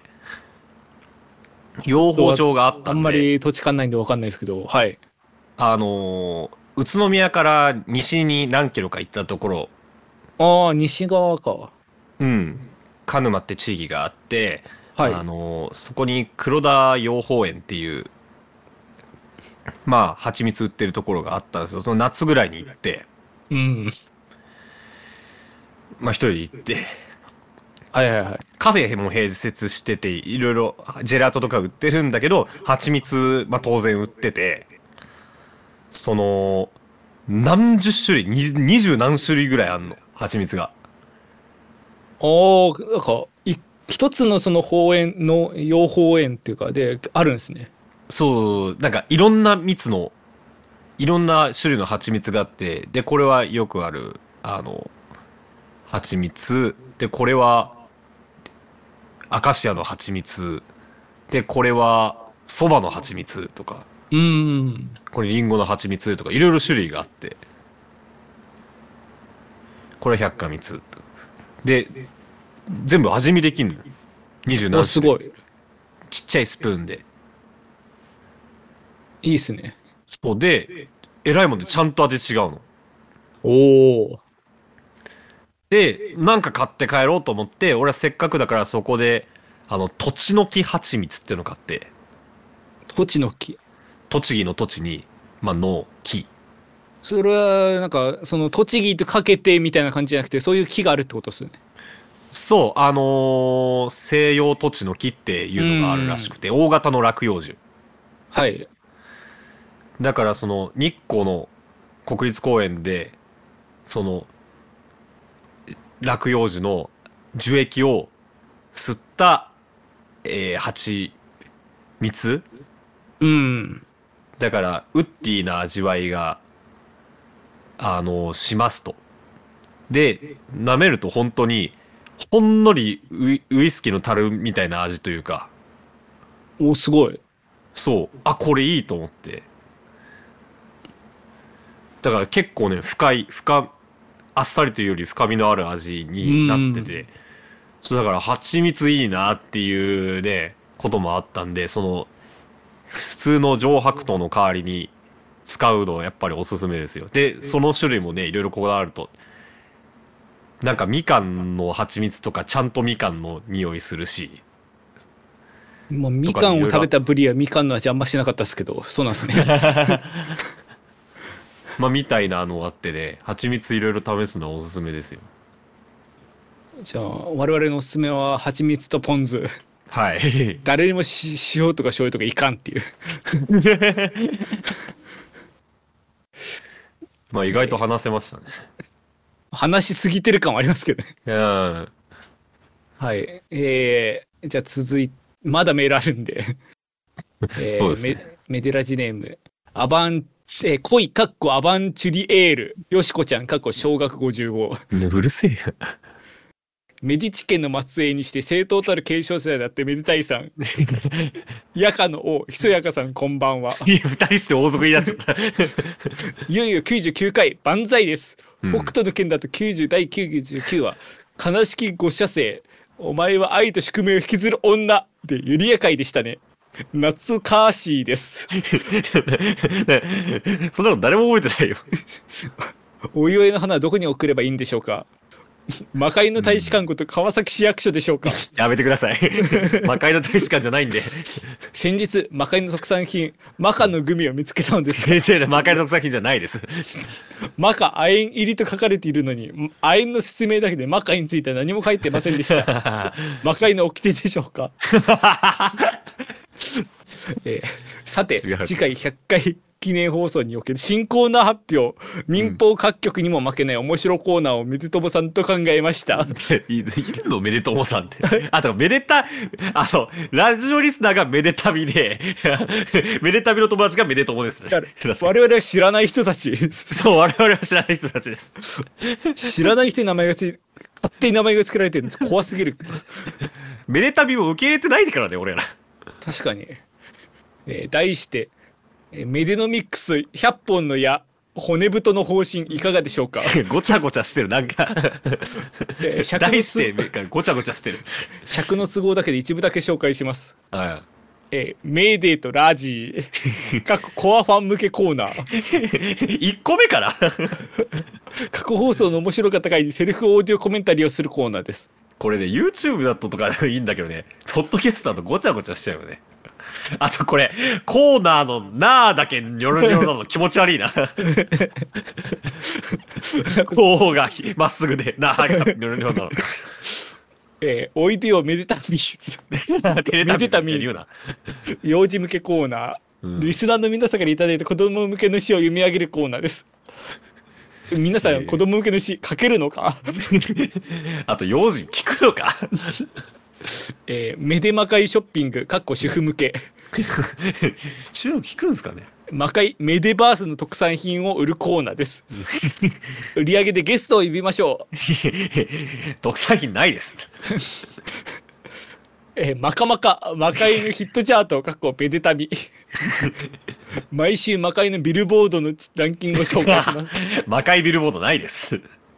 養蜂場があっあんまたんで、 り土地勘ないんでわかんないですけど、はい。 あのー宇都宮から西に何キロか行ったところ、 ああ、西側か。 うん、鹿沼って地域があって、あはい。 のーそこに黒田養蜂園っていう、まあ、蜂蜜売ってるところがあったんですよ。その夏ぐらいに行って、 うん。 まあ一人で行って、 はいはいはい。 カフェも併設してて、いろいろジェラートとか売ってるんだけど、蜂蜜、まあ当然売ってて、その、何十種類、に二十何種類ぐらいあんの、蜂蜜が。 ああ、なんか、い、一つのその公園の養蜂園っていうか、で、あるんですね。 そう、なんかいろんな蜜の、いろんな種類の蜂蜜があって、で、これはよくある、あの、蜂蜜。で、これはアカシアの蜂蜜。で、これは蕎麦の蜂蜜とか、 うーん。 これリンゴの蜂蜜とか、いろいろ種類があって、これ百花蜜。で、全部味見できんの。二十お、 何種類。 すごい。 ちっちゃいスプーンで。 いいっすね。 そうで、えらいもんでちゃんと味違うの。 おお。 で、なんか買って帰ろうと思って、俺はせっかくだからそこで、あの、とちのき蜂蜜っていうの買って、 土地の木。 栃木の土地に、まあ、の木。 それは、なんか、その、栃木とかけてみたいな感じじゃなくて、そういう木があるってことですよね。 そう、あのー西洋土地の木ってういうのがあるらしん。 くて、大型の落葉樹。 はい。 だからその日光の国立公園で、その落葉樹の樹液を吸った、えー、蜂蜜うん。 だからウッディな味わいが、あのしますと。で、舐めると本当にほんのりウイ、ウイスキーの樽みたいな味というか、 お、すごい。 そうあこれいいと思って、だから結構ね深い深あっさりというより深みのある味になってて、そうだから蜂蜜いいなっていうねこともあったんで、その普通の上白糖の代わりに使うのはやっぱりおすすめですよ。でその種類もねいろいろこだわると、なんかみかんの蜂蜜とかちゃんとみかんの匂いするし、 まあ、みかんを食べたぶりはみかんの味あんましなかったですけど、そうなんですね。 まあみたいなのがあってね、蜂蜜いろいろ試すのはおすすめですよ。 じゃあ我々のおすすめは蜂蜜とポン酢。 はい。 誰にもし塩とか醤油とかいかんっていう。 まあ意外と話せましたね。 話しすぎてる感はありますけどね。 うん。 はい。えー、じゃあ続いて、まだメールあるんで。えー、 そうですね。 メ、メデラジネーム。アバン、えー、恋かっこアバンチュリエール。よしこちゃんかっこ小学ごじゅうご。 ね、うるせえよ。 メディチ家の末裔にして正当たる継承者だってメデタイさん。ヤカの王、ひそやかさんこんばんは。 いや、二人して王族になっちゃった。 いよいよきゅうじゅうきゅうかい、万歳です。 うん北斗の拳だときゅうじゅうだいきゅうじゅうきゅう話、悲しきご射星、お前は愛と宿命を引きずる女でユリア会でしたね。懐かしいです。 そんなの誰も覚えてないよ。 お祝いの花はどこに送ればいいんでしょうか。魔界の大使館こと川崎市役所でしょうか。 やめてください。魔界の大使館じゃないんで。 先日魔界の特産品マカのグミを見つけたのですが、 違う違う、魔界の特産品じゃないです。 マカ亜鉛入りと書かれているのに亜鉛の説明だけでマカについては何も書いてませんでした。魔界の掟でしょうか。えーさて違う次回ひゃっかい記念放送における新コーナー発表、民放各局にも負けない面白コーナーをめでとぼさんと考えました。 いいるのめでともさんって。あ、とかめでた、あの、ラジオリスナーがめでたびで、めでたびの友達がめでともですね。 我々は知らない人たち。 そう、我々は知らない人たちです。 知らない人に名前がつい勝手に名前が作られてるの怖すぎる。 めでたびも受け入れてないからね、俺ら。 確かに、えー題してえーメデノミックスひゃっぽんの矢骨太の方針いかがでしょうか。 ごちゃごちゃしてる、なんか。 えー尺の題して、ごちゃごちゃしてる。 尺の都合だけで一部だけ紹介します。 はえーメーデーとラジー過去コアファン向けコーナー。 い。いっこめから過去放送の面白かった回にセルフオーディオコメンタリーをするコーナーです。 これね、YouTube だととかいいんだけどね、ポッドキャストだとごちゃごちゃしちゃうよね。あとこれ、コーナーのなーだけニョロニョロなの気持ち悪いな。こうがまっすぐで、なーがニョロニョロなの。 えーおいでよめでたみつめでたみ言うな。 幼児向けコーナー、 うんリスナーの皆さんからいただいた子供向けの詩を読み上げるコーナーです。皆さん子供向けの詩書けるのか。 あと幼児聞くのか。 えー、メデマカイショッピングかっこ主婦向け。 中国聞くんすかね。 魔界メデバースの特産品を売るコーナーです。売り上げでゲストを呼びましょう。 特産品ないです。 えー、マカマカ魔界のヒットチャートかっこメデタビ。毎週魔界のビルボードのランキングを紹介します。 魔界ビルボードないです。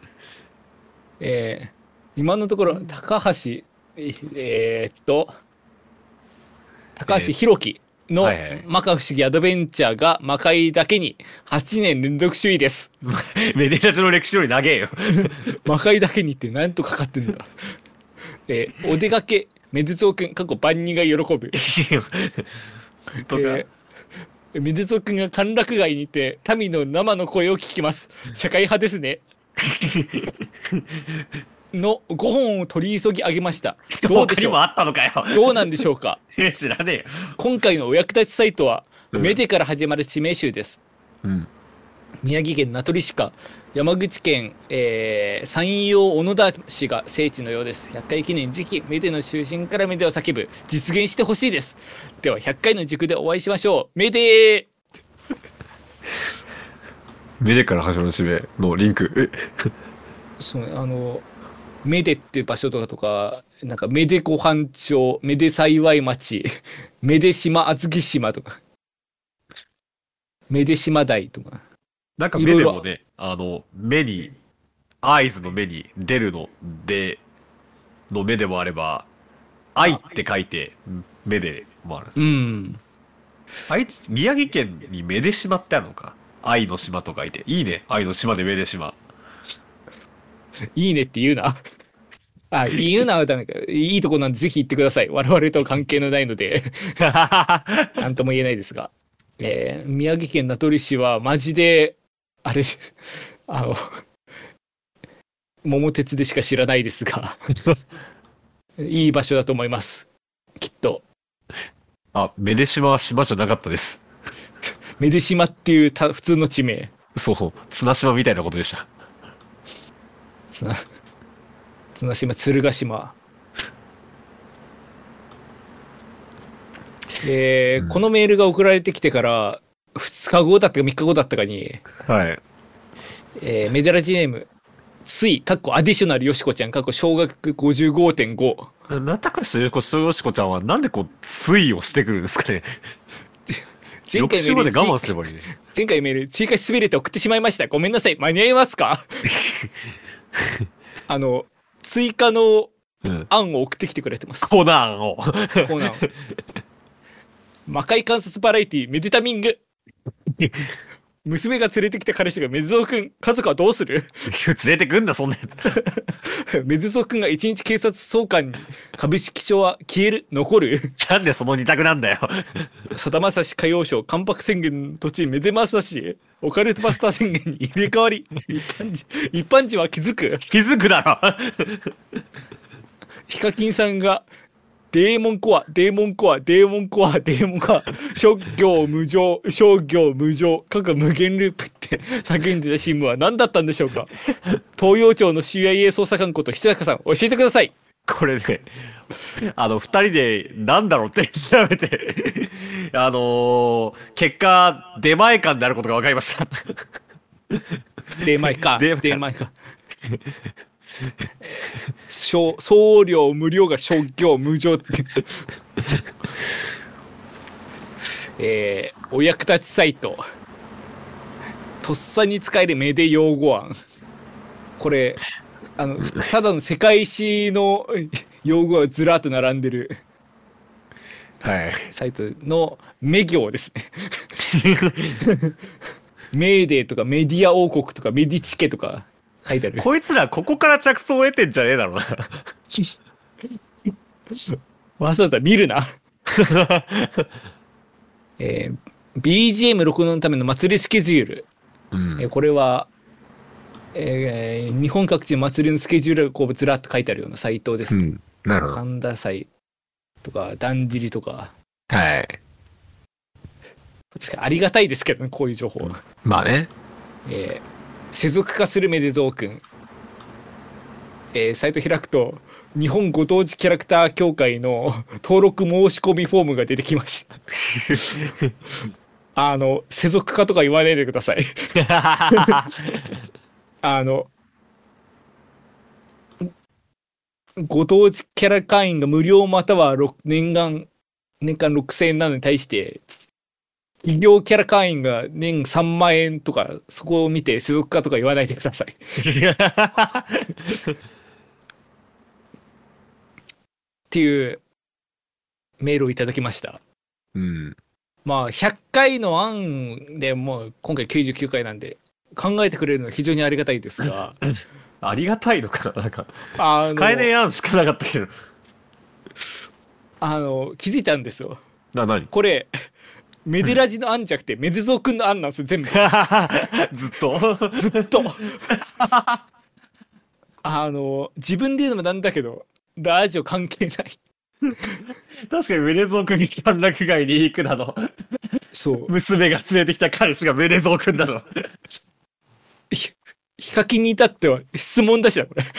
えー、今のところ高橋えー、っと高橋宏樹のはいはい摩訶不思議アドベンチャーが魔界だけにはちねん連続首位です。 メデラジの歴史より長えよ。 魔界だけにってなんとかかってんだ。えー、お出かけメデゾウくん過去万人が喜ぶ。 本当か、 えー、メデゾウくんが歓楽街にて民の生の声を聞きます。社会派ですね。のごほんを取り急ぎ上げました。どうでしょう。 他にもあったのかよ。 どうなんでしょうか。 え知らねえよ。 今回のお役立ちサイトは、 うんメデから始まる指名集です。 うん。 宮城県名取市か山口県、えー山陽小野田市が聖地のようです。ひゃっかい記念時期メデの中心からメデを叫ぶ、実現してほしいです。ではひゃっかいの塾でお会いしましょう。メデー。 メデから始まる指名のリンク。 そうあのメデっていう場所とかとか、なんかメデ湖畔町、メデ幸町、メデ島厚木島とか、メデ島台とか。 なんか目でもね、あの、目に、アイズの目に出るので、の目でもあれば、愛って書いて、目でもあるんです。 うん。 愛知、宮城県に目出島ってあるのか。愛の島と書いて。いいね。愛の島で目出島。 いいねって言うな。あ、言うなはダメか。いいとこなんでぜひ行ってください。我々と関係のないので、なんとも言えないですが。えー、宮城県名取市はマジで、あれ、あの、桃鉄でしか知らないですが、いい場所だと思います。きっと。 あ、目出島は島じゃなかったです。 目出島っていうた普通の地名。 そう、綱島みたいなことでした。 綱、綱島、鶴ヶ島。えーうん、このメールが送られてきてからふつかごだったかみっかごだったかに、 はい。 えー、メデラジネーム、スイ、かっこアディショナルよしこちゃん、かっこ小学 ごじゅうごてんご。 なたかしよしこちゃんはなんでこう、スイをしてくるんですかね。前回メール我慢すればいいね。 前回メール追加しすべれて送ってしまいました。ごめんなさい。間に合いますか？あの追加の案を送ってきてくれてます。 コーナー案を。コーナーを。魔界観察バラエティメディタミング。娘が連れてきた彼氏がメズゾくん、家族はどうする？ 連れてくんだそんなやつ。メズゾくんが一日警察総監に、株式証は消える残る？ なんでその二択なんだよ。 さだまさし歌謡賞関白宣言の途中メデマサシオカルトバスター宣言に入れ替わり。一般人一般人は気づく？ 気づくだろ。 ヒカキンさんがデーモンコア、デーモンコア、デーモンコア、デーモンコア、諸行無常、諸行無常、各無限ループって叫んでた新聞は何だったんでしょうか？東洋庁の シーアイエー 捜査官ことひとやかさん、教えてください。 これね、あの、二人でなんだろうって調べて、あのー、結果、出前館であることが分かりました。 出前か、出前か。送料無料が諸行無常ってえー、お役立ちサイトとっさに使えるメデ用語案。これあのただの世界史の用語がずらっと並んでる、 はい、 サイトのメ行ですね。メーデーとかメディア王国とかメディチ家とか書いてある。 こいつらここから着想を得てんじゃねえだろうな。 わざわざ見るな。えー、ビージーエム 録音のための祭りスケジュール、うん、えー、これは、えー、日本各地の祭りのスケジュールがこうずらっと書いてあるようなサイトですね、うん、 なるほど。 神田祭とかだんじりとか、 はい、 確かにありがたいですけどね、こういう情報は。 まあね、 えー世俗化するメデゾウくん、えー、サイト開くと日本ご当地キャラクター協会の登録申し込みフォームが出てきました。あの世俗化とか言わないでください。あのご当地キャラ会員が無料または年間年間ろくせんえんなのに対して企業キャラ会員が年さんまんえんとか、そこを見て世俗化とか言わないでください。っていうメールをいただきました。 うん、 まあひゃっかいの案でもう今回きゅうじゅうきゅうかいなんで考えてくれるのは非常にありがたいですが。 ありがたいのかな、なんか使えねえ案しかなかったけど。 あの気づいたんですよ。 な、何？ これメデラジの案じゃなくてメデゾウくんの案なんですよ、全部。ずっとずっと。あの自分で言うのもなんだけどラジオ関係ない。 確かにメデゾウくんに歓楽街に行くなど、 そう娘が連れてきた彼氏がメデゾウくんだの。 ヒカキンに至っては質問だしな、これ。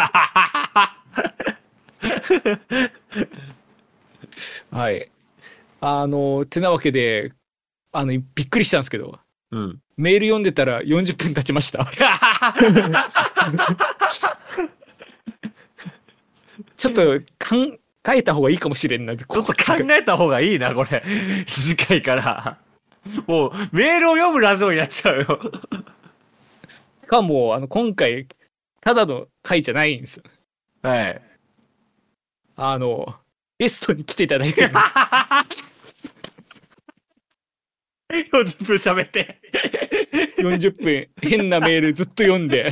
はい。あのてなわけで、あのびっくりしたんですけど、 うん、 メール読んでたらよんじゅっぷん経ちました。 ちょっと考えた方がいいかもしれんな。ちちょっと考えた方がいいな、これ。短いから。もう、メールを読むラジオになっちゃうよ。 かも、あの、今回、ただの回じゃないんですよ。 はい。 あの、ゲストに来ていただいてる。 よんじゅっぷん喋って。 よんじゅっぷん、変なメールずっと読んで。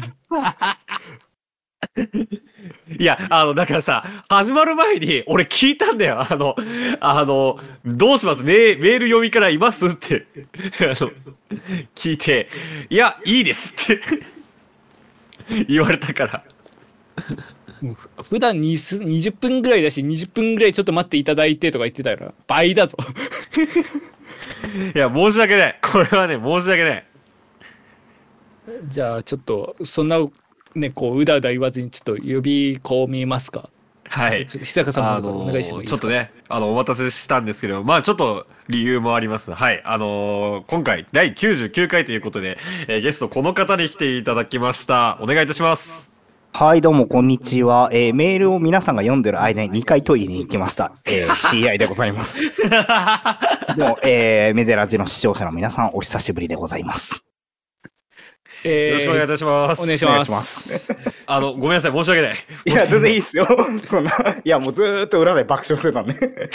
いや、あの、だからさ、始まる前に、俺聞いたんだよ。あの、あの、どうしますメメール読みからいますって、あの、聞いて、いや、いいですって言われたから。 もう普段にじゅっぷんぐらいだし、にじゅっぷんぐらいちょっと待っていただいてとか言ってたら、倍だぞ。 いや、申し訳ない。これはね、申し訳ない。 じゃあ、ちょっと、そんな、ね、こう、うだうだ言わずに、ちょっと呼び込みますか。 はい。 ちょっと、久坂さんの方からお願いしてもいいですか。 ちょっとね、あの、お待たせしたんですけど、まあ、ちょっと理由もあります。はい。あのー、今回、だいきゅうじゅうきゅうかいということで、えー、ゲスト、この方に来ていただきました。お願いいたします。 はい、どうも、こんにちは。えー、メールを皆さんが読んでる間ににかいトイレに行きました。えー、シーアイ でございます。でも、えー、メデラジの視聴者の皆さん、お久しぶりでございます。 えー、 よろしくお願いいたします。 お願いします。ます。 あの、ごめんなさい、申し訳ない。 いや、全然いいっすよ。そんな、いや、もうずーっと裏で爆笑してたん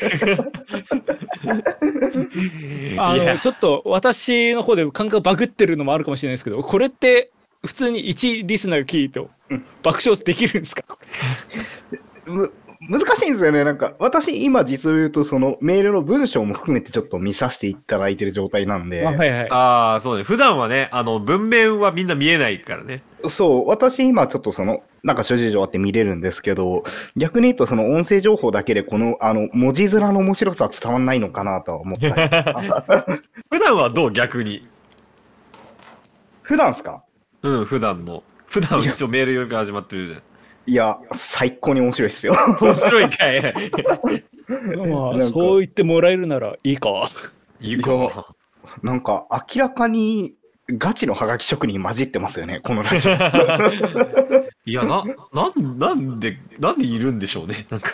で。あの、ちょっと私の方で感覚バグってるのもあるかもしれないですけど、これって、普通にいちリスナーが聞いて爆笑できるんですか？ む難しいんですよね。なんか私今実を言うとそのメールの文章も含めてちょっと見させていただいてる状態なんで。 あ、はいはい、あそうね。普段はね、あの文面はみんな見えないからね。 そう、私今ちょっとそのなんか諸事情あって見れるんですけど、逆に言うとその音声情報だけでこのあの文字面の面白さは伝わんないのかなとは思ったり。 普段はどう？逆に。 普段ですか？ うん、普段の。普段一応メール読みが始まってるじゃん。 いや、最高に面白いっすよ。 面白いかい。 まあ、そう言ってもらえるならいいか。 いいか。 なんか、明らかにガチのハガキ職人混じってますよね、このラジオ。 いや、な、なん、なんで、なんでいるんでしょうね、なんか。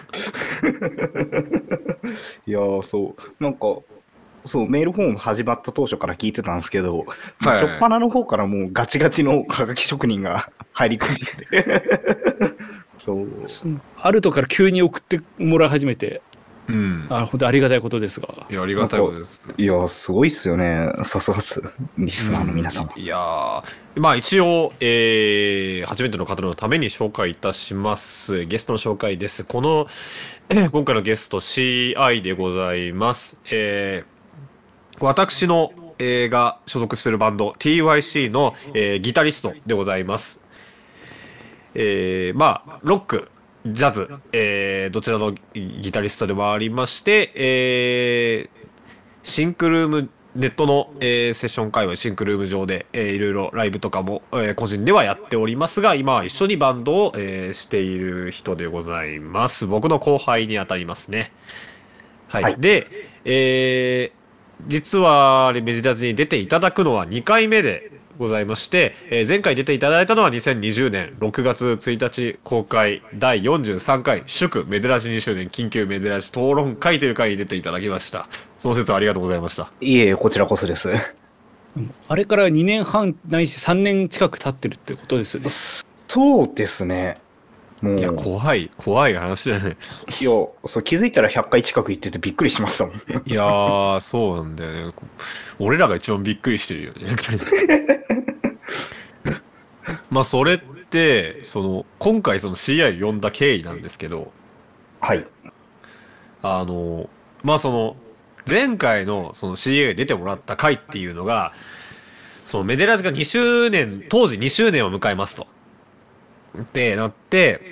いや、そう。なんか、そう、メールフォーム始まった当初から聞いてたんですけど、はいはい、初っ端の方からもうガチガチのハガキ職人が入り込んでてそうあるとから急に送ってもらい始めて、 うん、 あ本当ありがたいことですが。 いや、ありがたいことです。 いや、すごいっすよね、さすがっす、リスナーの皆様。 うん、いやまあ一応、えー、初めての方のために紹介いたします。ゲストの紹介です。この、今回のゲスト シーアイ でございます。えー私の、えー、が所属しているバンド ティーワイシー の、えー、ギタリストでございます。えー、まあロック、ジャズ、えー、どちらのギタリストでもありまして、えー、シンクルームネットの、えー、セッション界隈シンクルーム上で、えー、いろいろライブとかも、えー、個人ではやっておりますが、今は一緒にバンドを、えー、している人でございます。僕の後輩にあたりますね。はい。はい、で、えー実はメジラジに出ていただくのはにかいめでございまして、えー、前回出ていただいたのはにせんにじゅうねんろくがつついたち公開だいよんじゅうさんかい祝メデラジにしゅうねん緊急メデラジ討論会という会に出ていただきました。その説はありがとうございました。 いえ、こちらこそです。 あれからにねんはんないしさんねん近く経ってるってことですよね。 そうですね。 もういや、怖い怖い話だね。 いや、そう気づいたらひゃっかい近く行っててびっくりしましたもん。 いやー、そうなんだよね。俺らが一番びっくりしてるよね。まあそれってその今回その シーアイ を呼んだ経緯なんですけど、 はい。 あのまあその前回のその シーアイ 出てもらった回っていうのが、そのメデラジがにしゅうねん当時にしゅうねんを迎えますと。ってなって、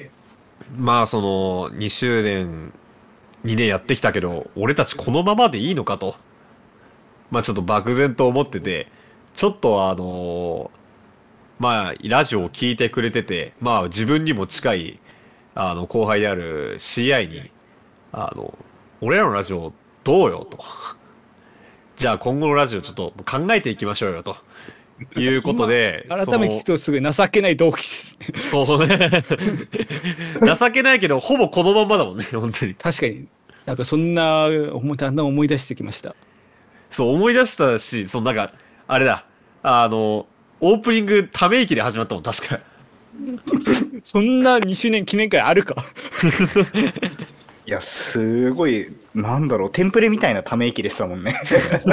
まあそのにしゅうねんにねんやってきたけど俺たちこのままでいいのかと、まあちょっと漠然と思ってて、ちょっとあのまあラジオを聞いてくれてて、まあ自分にも近いあの後輩である シーアイ にあの俺らのラジオどうよと、じゃあ今後のラジオちょっと考えていきましょうよということで、 改めて聞くとすごい情けない動機ですね。 そうね。情けないけど、ほぼこのまんまだもんね、本当に。 確かに。なんかそんな、思だんだん思い出してきました。 そう、思い出したし、そう、なんか、あれだ、あの、オープニング、ため息で始まったもん、確か。 そんなにしゅうねん記念会あるか。 いや、すごい、なんだろう、テンプレみたいなため息でしたもんね。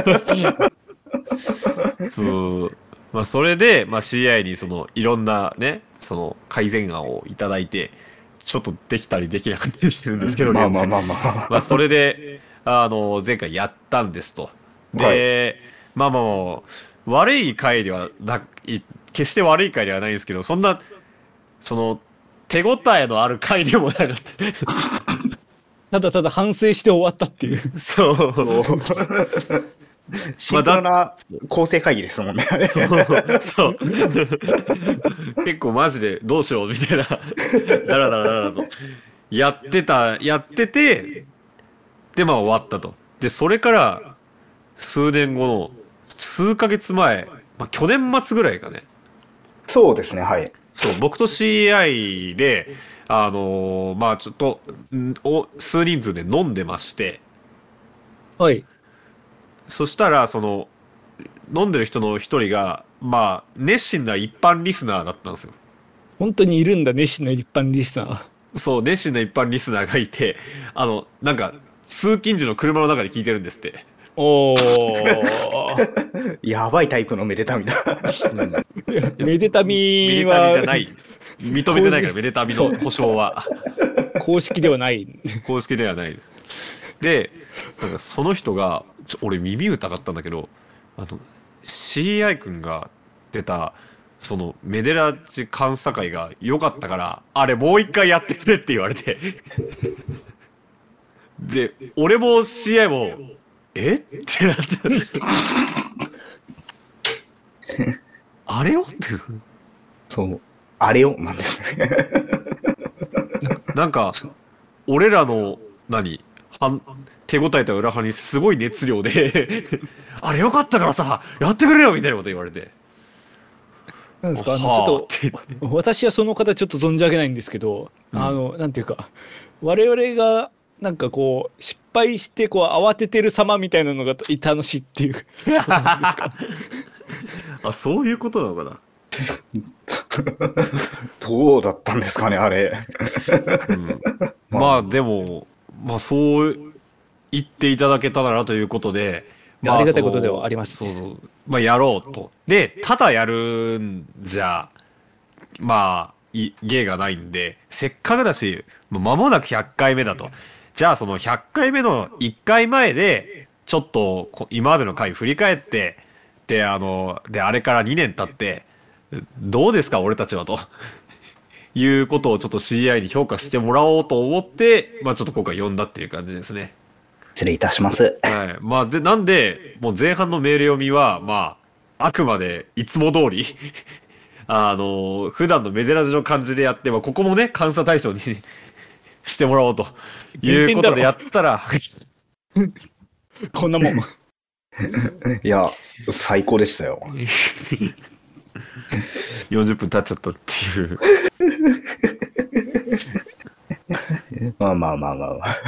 そう、まあ、それで、まあ、シーアイ にそのいろんなね、その改善案をいただいて、ちょっとできたりできなかったりしてるんですけど、 まあ現在まあまあまあ。 まあそれであの前回やったんですと。で、まあもう悪い回ではない決して悪い回ではないんですけど、そんなその手応えのある回でもなかった。 ただただ反省して終わったっていう。 そう。 シンプルな構成会議ですもんね。 そうそう。結構マジでどうしようみたいな、だらだらだらとやってた、やってて、でまあ終わったと。で、それから数年後の数ヶ月前、まあ、去年末ぐらいかね。 そうですね、はい。 そう、僕と シーアイ で、あのー、まあちょっとんお数人数で飲んでまして、 はい。 そしたらその飲んでる人の一人がまあ熱心な一般リスナーだったんですよ。 本当にいるんだ、熱心な一般リスナー。 そう、熱心な一般リスナーがいて、あのなんか通勤時の車の中で聞いてるんですって。 おー。 やばいタイプのめでたみだ。 うん、 めでたみめでたみはじゃない。認めてないから、めでたみの故障は。 公式ではない。 公式ではないです。で、なんかその人が、ちょ俺耳疑ったんだけど、あの シーアイ 君が出たそのメデラジ監査会が良かったから、あれもう一回やってくれって言われて、で、俺も シーアイ もえってなって、あれよって。 そう、あれよなんですね。 なんか俺らの何手応えと裏腹にすごい熱量であれよかったからさやってくれよみたいなこと言われて、 なんですか、あのちょっと私はその方ちょっと存じ上げないんですけど、うん、あのなんていうか我々がなんかこう失敗してこう慌ててる様みたいなのが楽しいっていうことなんですか。 あ、そういうことなのかな。 どうだったんですかね、あれ。 うん、まあでも、まあ、そう言っていただけたならということで、まあ、 ありがたいことではあります、 ね、そうそう、まあ、やろうと。で、ただやるんじゃまあ芸がないんで、せっかくだし間もなくひゃっかいめだと。じゃあそのひゃっかいめのいっかいまえでちょっと今までの回振り返って、であのであれからにねん経ってどうですか俺たちはということをちょっと シーアイ に評価してもらおうと思って、まあ、ちょっと今回呼んだっていう感じですね。 失礼いたします。 はい、まあでなんでもう前半のメール読みはまああくまでいつも通りあの普段のメデラジの感じでやって、まあ、ここもね監査対象にしてもらおうということでやったらこんなもん。 いや最高でしたよ。 よんじゅっぷん経っちゃったっていうまあまあまあまあまあ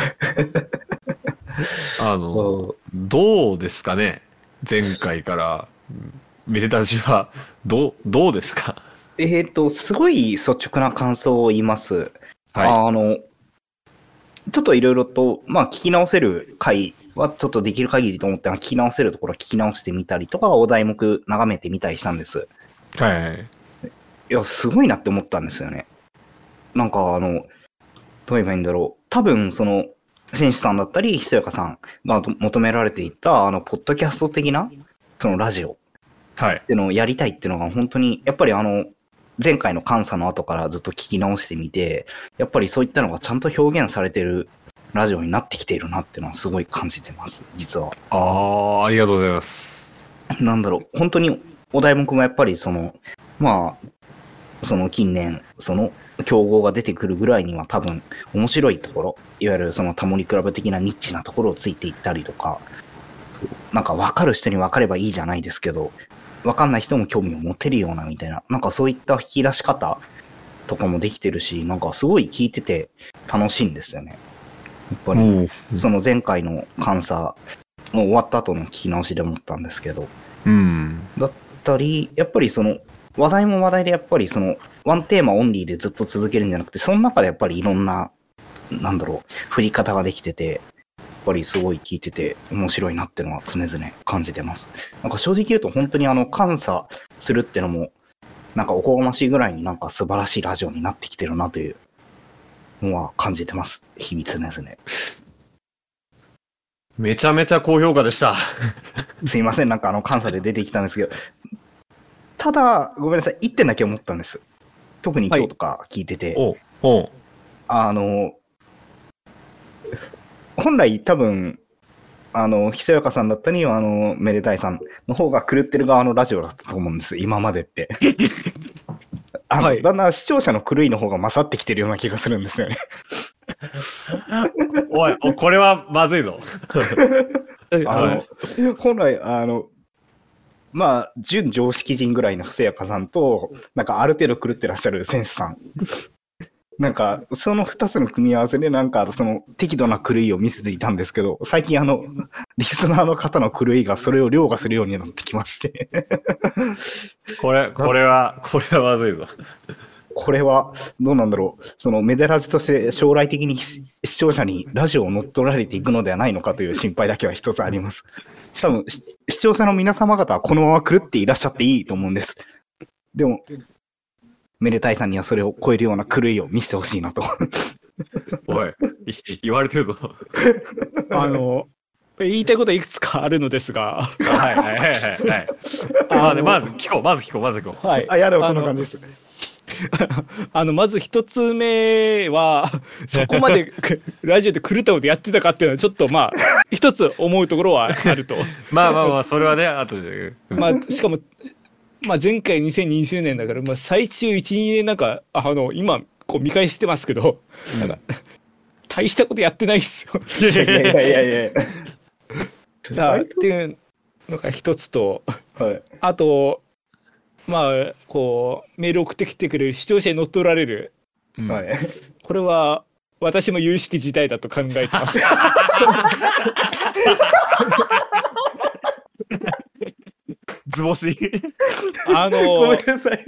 あのどうですかね、前回からメデタジはどうどうですか。 えっとすごい率直な感想を言います。はい、あのちょっといろいろとまあ聞き直せる回はちょっとできる限りと思って聞き直せるところは聞き直してみたりとかお題目眺めてみたりしたんです。 はい。 いやすごいなって思ったんですよね。なんかあのどう言えばいいんだろう。多分その選手さんだったりひそやかさんが求められていたあのポッドキャスト的なそのラジオっていうのをやりたいっていうのが本当にやっぱりあの前回の監査の後からずっと聞き直してみて、やっぱりそういったのがちゃんと表現されてるラジオになってきているなっていうのはすごい感じてます実は。 ああ、ありがとうございます。 なんだろう、本当にお題目もやっぱりそのまあその近年その競合が出てくるぐらいには多分面白いところ、いわゆるそのタモリクラブ的なニッチなところをついていったりとか、なんか分かる人に分かればいいじゃないですけど、 わかんない人も興味を持てるようなみたいな、なんかそういった引き出し方とかもできてるし、なんかすごい聞いてて楽しいんですよね。やっぱり、その前回の監査の終わった後の聞き直しで思ったんですけど、 うん。 だったり、やっぱりその話題も話題でやっぱりそのワンテーマオンリーでずっと続けるんじゃなくて、その中でやっぱりいろんな、なんだろう、振り方ができてて、やっぱりすごい聞いてて面白いなっていうのは常々感じてます。なんか正直言うと本当にあの監査するっていうのも、なんかおこがましいぐらいになんか素晴らしいラジオになってきてるなというのは感じてます。日々常々。 めちゃめちゃ高評価でした。 すいません、なんかあの監査で出てきたんですけど、ただ、ごめんなさい、いってんだけ思ったんです。特に今日とか聞いてて。 はい、おおあの、本来多分、あの、ひそやかさんだったり、あの、めでたいさんの方が狂ってる側のラジオだったと思うんです、今までって。あの、はい、だんだん視聴者の狂いの方が勝ってきてるような気がするんですよね。 おい、これはまずいぞ。 あの、本来、あの、まあ、準常識人ぐらいの布施やかさんと、なんかある程度狂ってらっしゃる選手さん。なんか、その二つの組み合わせで、なんか、その適度な狂いを見せていたんですけど、最近あの、リスナーの方の狂いがそれを凌駕するようになってきまして。 これ、これは、これはまずいぞ。 これは、どうなんだろう。そのメデラジとして将来的に視聴者にラジオを乗っ取られていくのではないのかという心配だけは一つあります。多分、視聴者の皆様方はこのまま狂っていらっしゃっていいと思うんです。でも、めでたいさんにはそれを超えるような狂いを見せてほしいなと。 おい、言われてるぞ。 あの、言いたいことはいくつかあるのですが。 はいはいはいはいはい。あ、まず聞こう、まず聞こう、まず聞こう。 はい。あ、いやでもそんな感じですね。 あのまず一つ目はそこまでラジオで狂ったことやってたかっていうのはちょっとまあ一つ思うところはあると。 まあまあまあそれはね後で。 まあしかも、まあ、前回にせんにじゅうねんだから、まあ、最中いちにねんなんかあの今こう見返してますけど、うん、なんか大したことやってないっすよ。 いやいやいやいやいや。っていうのが一つと、 はい、 あとまあこうメール送ってきてくれる視聴者に乗っ取られる、 はい、 これは私も有識事態だと考えてます。 図星。 あのごめんなさい。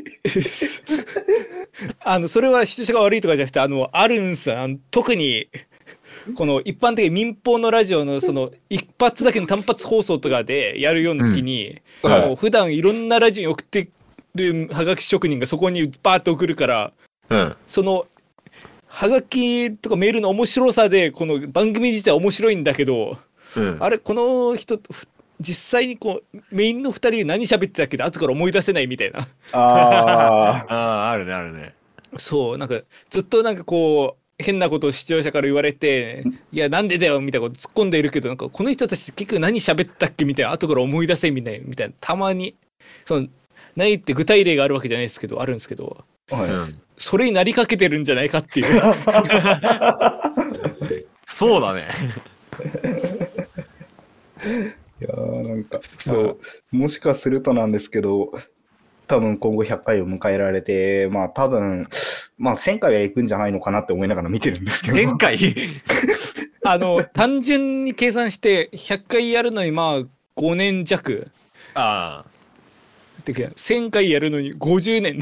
あのそれは視聴者が悪いとかじゃなくて、あのあるんすよ。特にこの一般的に民放のラジオのその一発だけの単発放送とかでやるような時に、うん、はい、もう普段いろんなラジオに送ってるはがき職人がそこにバーッと送るから、うん、そのはがきとかメールの面白さでこの番組自体面白いんだけど、うん、あれこの人実際にこうメインのふたり何喋ってたっけど後から思い出せないみたいな。 あああるねあるね。 そうなんかずっとなんかこう変なことを視聴者から言われて、いやなんでだよみたいなこと突っ込んでいるけど、なんかこの人たち結局何喋ったっけみたいな後から思い出せみたいなみたいな、たまにそのないって具体例があるわけじゃないですけどあるんですけど、はい、それになりかけてるんじゃないかっていう。 そうだね。 いやーなんかそうもしかするとなんですけど、多分今後ひゃっかいを迎えられて、まあ多分まあせんかいは行くんじゃないのかなって思いながら見てるんですけど。 せんかいあの単純に計算してひゃっかいやるのにまあごねん弱。 ああ。 せんかいやるのにごじゅうねんです。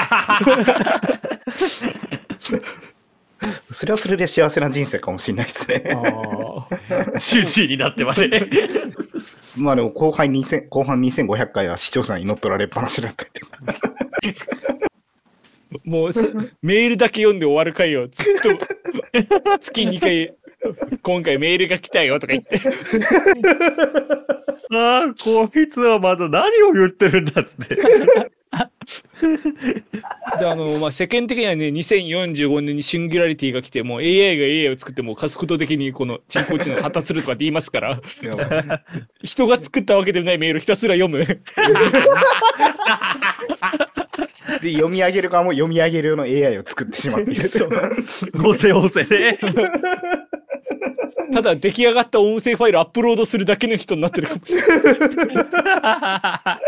それはそれで幸せな人生かもしれないですね。 ジジイになってまで。 まあでも後半にせん後半にせんごひゃっかいは視聴者に乗っ取られっぱなしだったりとか。 もうメールだけ読んで終わる回をずっと月にかい今回メールが来たよとか言って。 ああ、こいつはまだ何を言ってるんだっつって。 であの、まあ、世間的にはねにせんよんじゅうごねんにシンギュラリティが来てもう エーアイ が エーアイ を作ってもう加速度的にこの人工知能が発達するとかって言いますから人が作ったわけでもないメールをひたすら読む。 で読み上げる側も読み上げる用の エーアイ を作ってしまっている。 合成音声で。 ただ出来上がった音声ファイルアップロードするだけの人になってるかもしれない。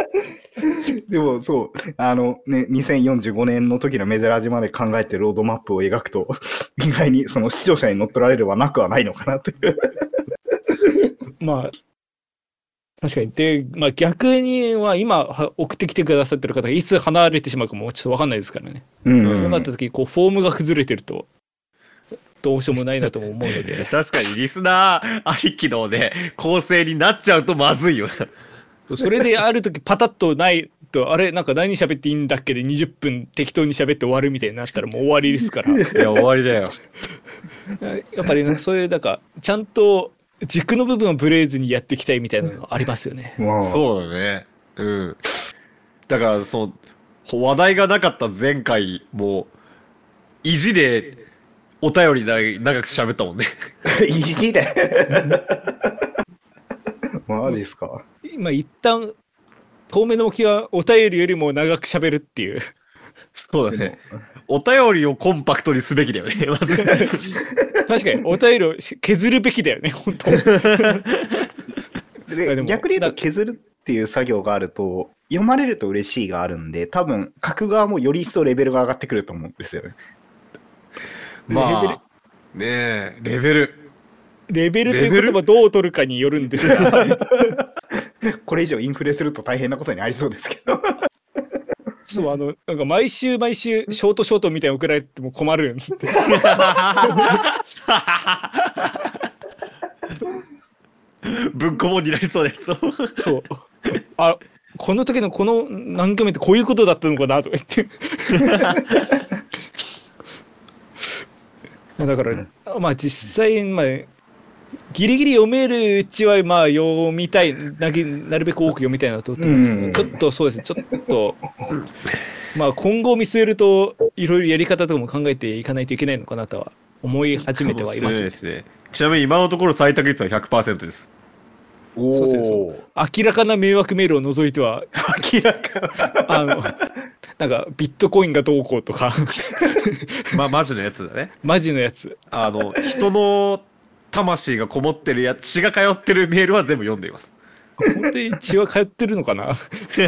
でもそう、あのね、にせんよんじゅうごねんの時のメデラジまで考えてロードマップを描くと、意外にその視聴者に乗っ取られるはなくはないのかなという。 まあ、確かに。で、まあ逆には今送ってきてくださってる方がいつ離れてしまうかもちょっと分かんないですからね。 うん、 そうなった時こうフォームが崩れてるとどうしようもないなとも思うので。 確かにリスナーありきのね構成になっちゃうとまずいよな。 それである時パタッとないと、あれなんか何喋っていいんだっけでにじゅっぷん適当に喋って終わるみたいになったらもう終わりですから。いや終わりだよ。 やっぱりなんかそういうなんかちゃんと軸の部分をブレずにやっていきたいみたいなのありますよね。 そうだね。うん。だからその話題がなかった前回も意地でお便りだ長く喋ったもんね。 意地で。マジですか。 今一旦当面の目標はお便りよりも長く喋るっていう。 そうだね。お便りをコンパクトにすべきだよね。まず確かにお便りを削るべきだよね本当。 で逆に言うと削るっていう作業があると読まれると嬉しいがあるんで、多分書く側もより一層レベルが上がってくると思うんですよね。 まあねえレベルレベルという言葉どう取るかによるんですがこれ以上インフレすると大変なことになりそうですけど。 そう、あのなんか毎週毎週ショートショートみたいに送られても困るんで文庫本になりそうです。 そうあこの時のこの何行目ってこういうことだったのかなとか言ってだからまあ実際まあギリギリ読めるうちはまあ読みたい な, なるべく多く読みたいなと思ってます、うん、ちょっとそうですねちょっとまあ今後見据えるといろいろやり方とかも考えていかないといけないのかなとは思い始めてはいます、ねですね。ちなみに今のところ採択率は ひゃくパーセント です。 おそうそうそう明らかな迷惑メールを除いては明らかあのなんかビットコインがどうこうとかまあマジのやつだね。 マジのやつあの人の魂がこもってるやつ、血が通ってるメールは全部読んでいます。 本当に血は通ってるのかな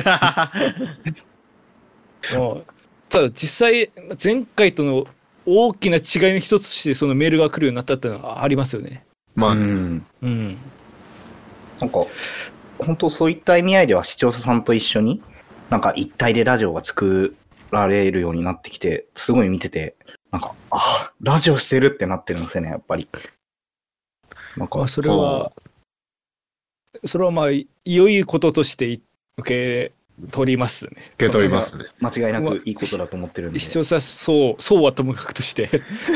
ただ実際前回との大きな違いの一つとしてそのメールが来るようになったっていうのはありますよね。 まあ、 うん、 うん、 なんか本当そういった意味合いでは視聴者さんと一緒になんか一体でラジオが作られるようになってきて、すごい見ててなんかあラジオしてるってなってるんですよねやっぱり。 なんかそれはそれはまあ良いこととして受け取りますね。 受け取りますね。 間違いなくいいことだと思ってるんで。 視聴者そうそうはともかくとして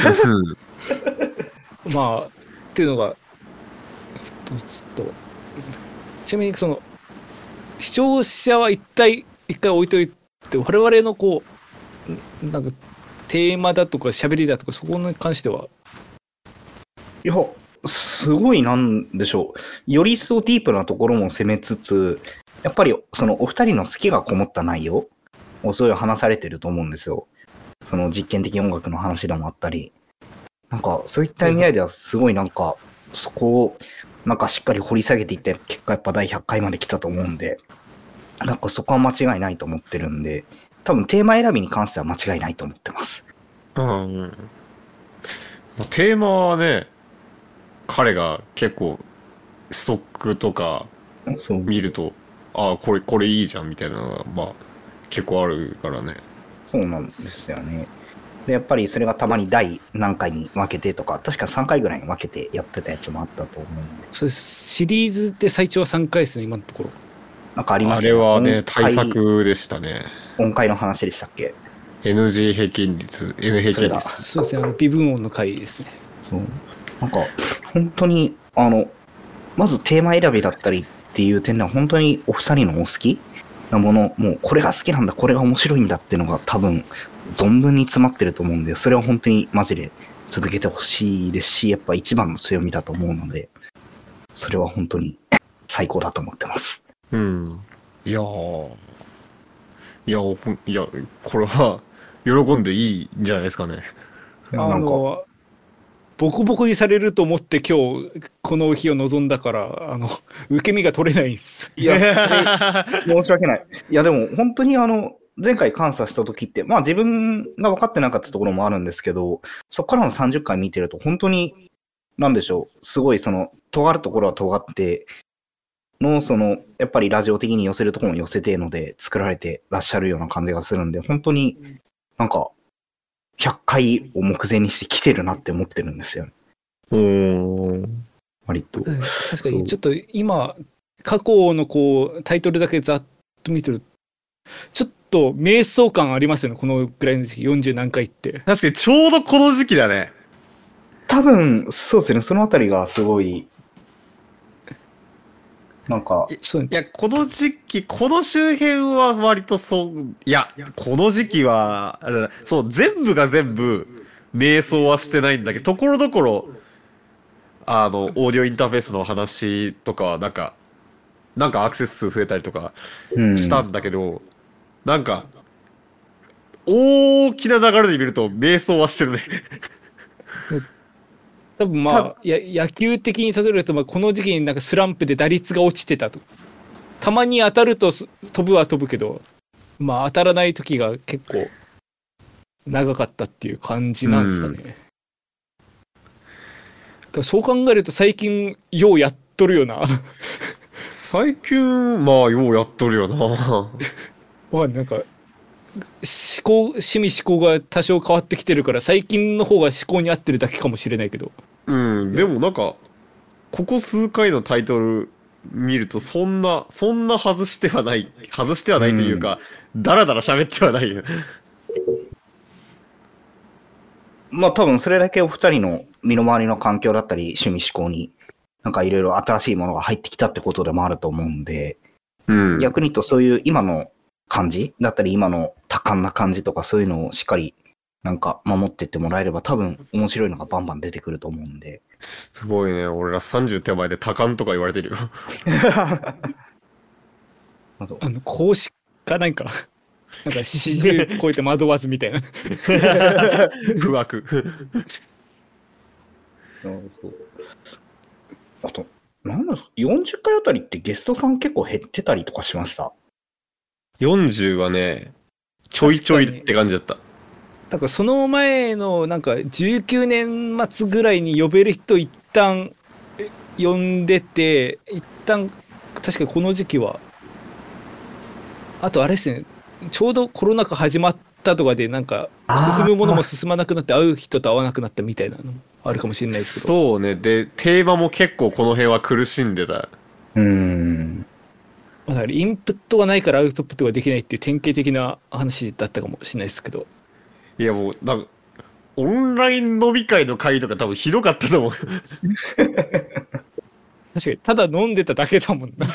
まあっていうのが一つと、ちなみにその視聴者は一体一回置いといて我々のこうなんかテーマだとか喋りだとかそこに関してはいやすごいなんでしょう、より一層ディープなところも攻めつつ、やっぱりそのお二人の好きがこもった内容をそういう話されてると思うんですよ。その実験的音楽の話でもあったり、なんかそういった意味合いではすごいなんかそこをなんかしっかり掘り下げていって結果やっぱだいひゃっかいまで来たと思うんで、なんかそこは間違いないと思ってるんで、多分テーマ選びに関しては間違いないと思ってます。 うん、テーマはね彼が結構ストックとか見るとああこれこれいいじゃんみたいなのがまあ結構あるからね。 そうなんですよね。でやっぱりそれがたまにだい何回に分けてとか、確かさんかいぐらいに分けてやってたやつもあったと思うんで。 それシリーズって最長はさんかいですね今のところ。 なんかありますよね。あれはね対策でしたね。 音階の話でしたっけ。 エヌジー 平均率 N 平均率そうですね、微分音の回ですね。 そうなんか本当にあのまずテーマ選びだったりっていう点では本当にお二人のお好きなもの、もうこれが好きなんだこれが面白いんだっていうのが多分存分に詰まってると思うんで、それは本当にマジで続けてほしいですし、やっぱ一番の強みだと思うので、それは本当に最高だと思ってます。 うん、いやーいやいやこれは喜んでいいんじゃないですかね。 あのボコボコにされると思って今日この日を臨んだからあの受け身が取れないんです。 いや、それ申し訳ない。いや、でも本当にあの、前回監査した時って、まあ自分が分かってなかったところもあるんですけど、そこからのさんじゅっかい見てると、本当に、なんでしょう、すごいその、尖るところは尖って、の、その、やっぱりラジオ的に寄せるところも寄せてるので、作られてらっしゃるような感じがするんで、本当になんか、ひゃっかいを目前にして来てるなって思ってるんですよね。 うーん。 割と。 確かにちょっと今過去のこうタイトルだけざっと見てるちょっと迷走感ありますよね、このぐらいの時期よんじゅう何回って。 確かにちょうどこの時期だね。 多分、そうですね、そのあたりがすごい、なんか、 そういや、この時期、この周辺は割とそう、いや、この時期は、あれだそう、全部が全部、迷走はしてないんだけど、ところどころ、あの、オーディオインターフェースの話とかは、なんか、なんかアクセス数増えたりとかうん、 したんだけど、なんか、大きな流れで見ると、迷走はしてるね。 多分まあや野球的に例えると、まあこの時期になんかスランプで打率が落ちてたと。たまに当たるとす飛ぶは飛ぶけど、まあ当たらない時が結構長かったっていう感じなんですかね。だからそう考えると最近ようやっとるよな。 最近、まあ、ようやっとるよな。 まあなんか思考趣味思考が多少変わってきてるから最近の方が思考に合ってるだけかもしれないけど。 うん、でもなんか、ここ数回のタイトル見ると、そんな、そんな外してはない、外してはないというか、だらだら喋ってはないよ。 まあ多分それだけお二人の身の回りの環境だったり、趣味思考に、なんかいろいろ新しいものが入ってきたってことでもあると思うんで、 うん。 逆に言うとそういう今の感じだったり、今の多感な感じとかそういうのをしっかりなんか守ってってもらえれば多分面白いのがバンバン出てくると思うんで。 すごいね。俺らさんじゅう手前で多感とか言われてるよ。 あとあの公式かなんかなんか四十超えて惑わずみたいな。 不惑。 そうあと、なんだろう、よんじゅっかいあたりってゲストさん結構減ってたりとかしました？ よんじゅうはね、ちょいちょいって感じだった。 だからその前のなんかじゅうきゅうねん末ぐらいに呼べる人一旦呼んでて、一旦確かこの時期はあとあれですね、ちょうどコロナ禍始まったとかでなんか進むものも進まなくなって会う人と会わなくなったみたいなのもあるかもしれないですけど。 そうね。で、テーマも結構この辺は苦しんでた。 うーん。 だからインプットがないからアウトプットができないっていう典型的な話だったかもしれないですけど。 いやもう、なんか、オンライン飲み会の会とか多分ひどかったと思う。 確かにただ飲んでただけだもんな。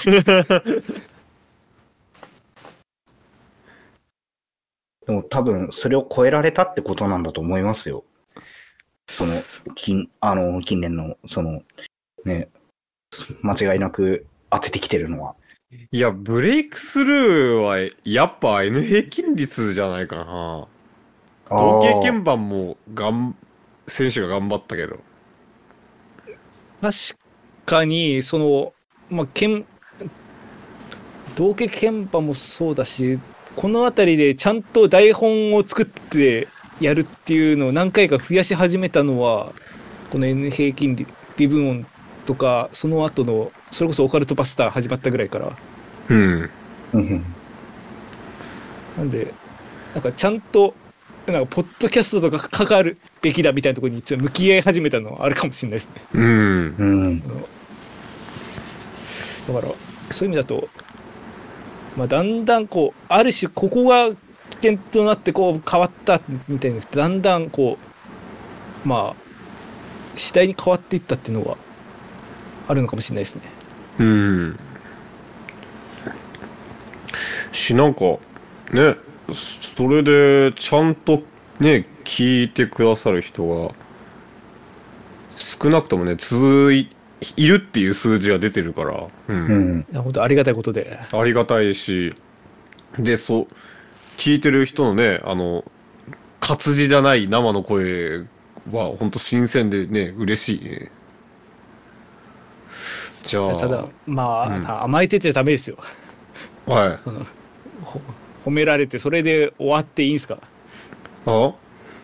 でも多分それを超えられたってことなんだと思いますよ。その近あの近年のそのね、間違いなく当ててきてるのは。 いや、ブレイクスルーはやっぱ N 平均率じゃないかな。統計鍵盤もがん選手が頑張ったけど。 確かにそのまあ剣同系鍵盤もそうだし、この辺りでちゃんと台本を作ってやるっていうのを何回か増やし始めたのはこの N 平均微分音とかその後のそれこそオカルトバスター始まったぐらいから。 うん。 なんでなんかちゃんとなんかポッドキャストとかかかるべきだみたいなところにちょっと向き合い始めたのはあるかもしれないですね。 うん。 うん。 だからそういう意味だと、まあ、だんだんこうある種ここが起点となってこう変わったみたいな、だんだんこうまあ次第に変わっていったっていうのはあるのかもしれないですね。 うん。し、なんかね、それでちゃんとね聞いてくださる人が少なくともね続いいるっていう数字が出てるから、うんうん。 いや本当ありがたいことで。 ありがたいし、でそう聞いてる人のねあの活字じゃない生の声は本当新鮮でね嬉しいね。じゃあただまあ、 うん甘えてちゃダメですよ。 はいそのほ褒められてそれで終わっていいんすか？ あこ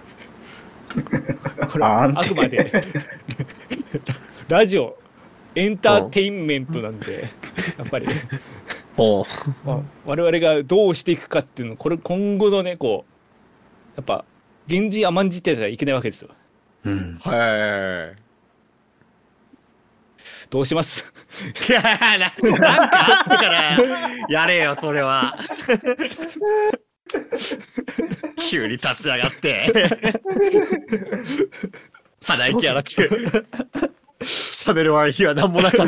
れあんてあくまでラジオエンターテインメントなんでやっぱり、 あまあ、我々がどうしていくかっていうのこれ今後のねこうやっぱ厳重甘んじてたらいけないわけですよ。 うん。 はいどうします？ いやな、なんかあったからやれよそれは急に立ち上がって鼻息荒く喋る割には何もなか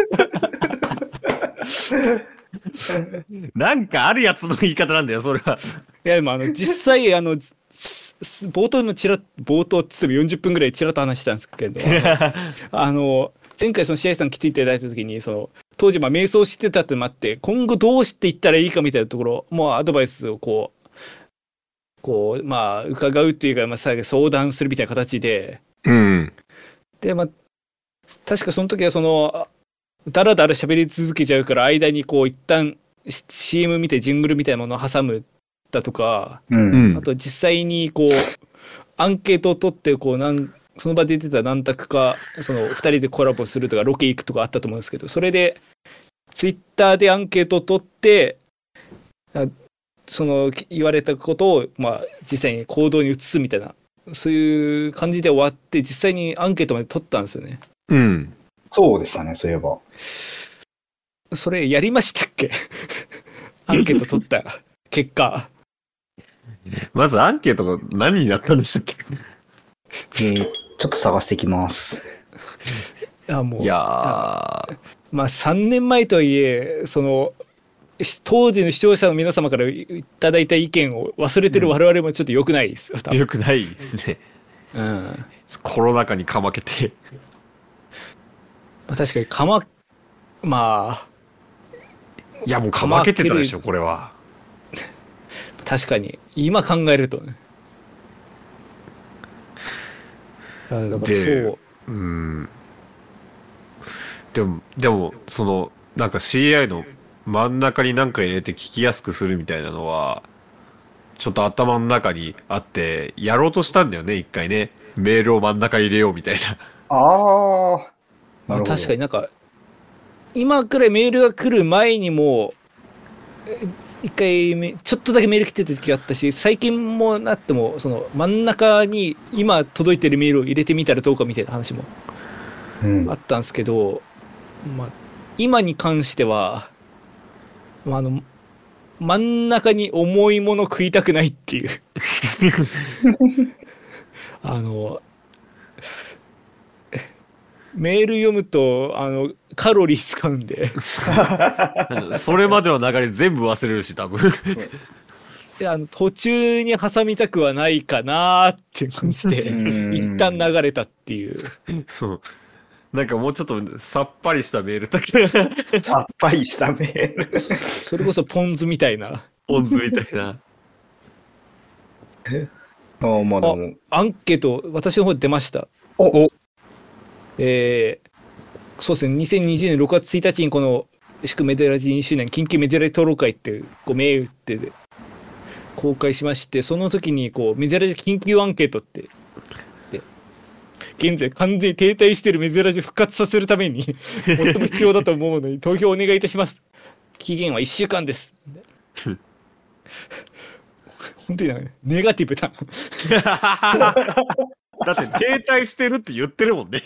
ったなんかあるやつの言い方なんだよそれは。 いやでもあの実際あのすす冒頭のちら冒頭っつってもよんじゅっぷんぐらいちらっと話したんですけどあのあの前回その試合さん来ていただいた時にその当時まあ瞑想してたってのもあって今後どうしていったらいいかみたいなところもうアドバイスをこうこうまあ伺うっていうか、まあ、最後相談するみたいな形でうんでまあ確かその時はそのだらだら喋り続けちゃうから間にこう一旦 シーエム 見てジングルみたいなものを挟むだとか、 う。 うんんあと実際にこうアンケートを取ってこうなんその場で出てた何択かそのふたりでコラボするとかロケ行くとかあったと思うんですけどそれでツイッターでアンケートを取ってあその言われたことをまあ実際に行動に移すみたいなそういう感じで終わって実際にアンケートまで取ったんですよね。 うんそうでしたね、そういえば。 それやりましたっけ？アンケート取った結果。 まずアンケートが何になったんでしたっけ？ えー、ちょっと探してきます。 いやもういやーまあさんねんまえとはいえそのし当時の視聴者の皆様からいただいた意見を忘れてる我々もちょっと良くないですよ、多分。 よくないですね。 うんまコロナ禍にかまけてあ、確かにかままあいやもうかまけてたでしょこれは。 確かに今考えるとね。あだからでそううんでもでもそのなんか シーアイ の真ん中に何か入れて聞きやすくするみたいなのはちょっと頭の中にあってやろうとしたんだよね一回ね。メールを真ん中に入れようみたいな。 ああ。 まあ、 なるほど。 確かになんか今くらいメールが来る前にもえ一回めちょっとだけメール来てた時があったし最近もなってもその真ん中に今届いてるメールを入れてみたらどうかみたいな話もうんあったんですけど、まあ、今に関しては、まあ、あの真ん中に重いもの食いたくないっていうあのメール読むとあのカロリー使うんでそれまでの流れ全部忘れるし多分。 であの途中に挟みたくはないかなーっていう感じでうん一旦流れたっていうそうなんかもうちょっとさっぱりしたメールとかさっぱりしたメール。 それこそポン酢みたいなポン酢みたいな。 ああ、まあでも。 アンケート私の方で出ました。 おおえー、そうですねにせんにじゅうねんろくがつついたちにこの祝メデラジにしゅうねん緊急メデラジ討論会ってこう銘打って公開しましてその時にこうメデラジ緊急アンケートってで現在完全に停滞しているメデラジ復活させるために最も必要だと思うので投票お願いいたします期限はいっしゅうかんです本当になんかネガティブだだって停滞してるって言ってるもんね。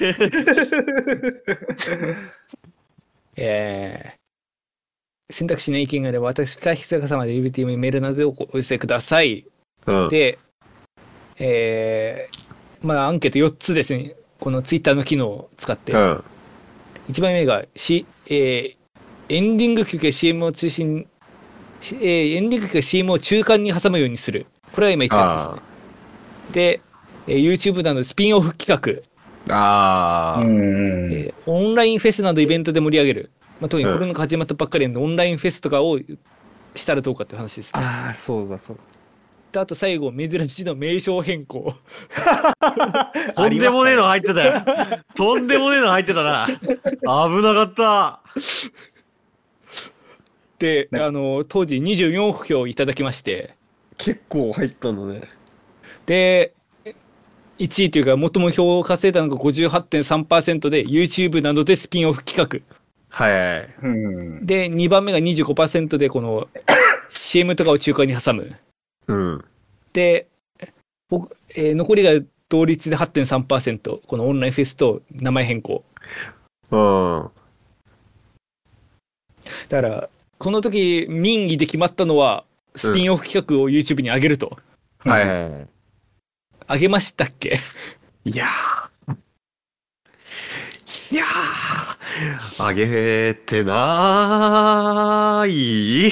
えー、選択肢の意見があれば私かひさか様で ユービーティー にメールなどでお寄せください。 うん、 で、えー、まあアンケートよっつですねこのツイッターの機能を使って、 うん、 いちばんめが、C えー、エンディング曲や シーエム を中心、えー、エンディング曲や シーエム を中間に挟むようにするこれは今言ったやつですね。で、えー、YouTube などスピンオフ企画ああ、 うんえーオンラインフェスなどイベントで盛り上げる、まあ、特にコロナが始まったばっかりのオンラインフェスとかをしたらどうかっていう話ですね。 ああそうだそうだ。 であと最後珍しいの名称変更。 とんでもねえの入ってたよ。とんでもねえの入ってたな。危なかった。 で、あの当時にじゅうよんひょういただきまして、 結構入ったんだね。でいちいというか最も票を稼いだのが ごじゅうはちてんさんパーセント で YouTube などでスピンオフ企画。 はい、はい、 うん、 でにばんめが にじゅうごパーセント でこの シーエム とかを中間に挟む。 うん、で、 えー、残りが同率で はちてんさんパーセント このオンラインフェスと名前変更。 うん、 だからこの時民意で決まったのはスピンオフ企画を YouTube に上げると。 うん、はいはいはい。 上げましたっけ？ いやーいやー上げてなーい。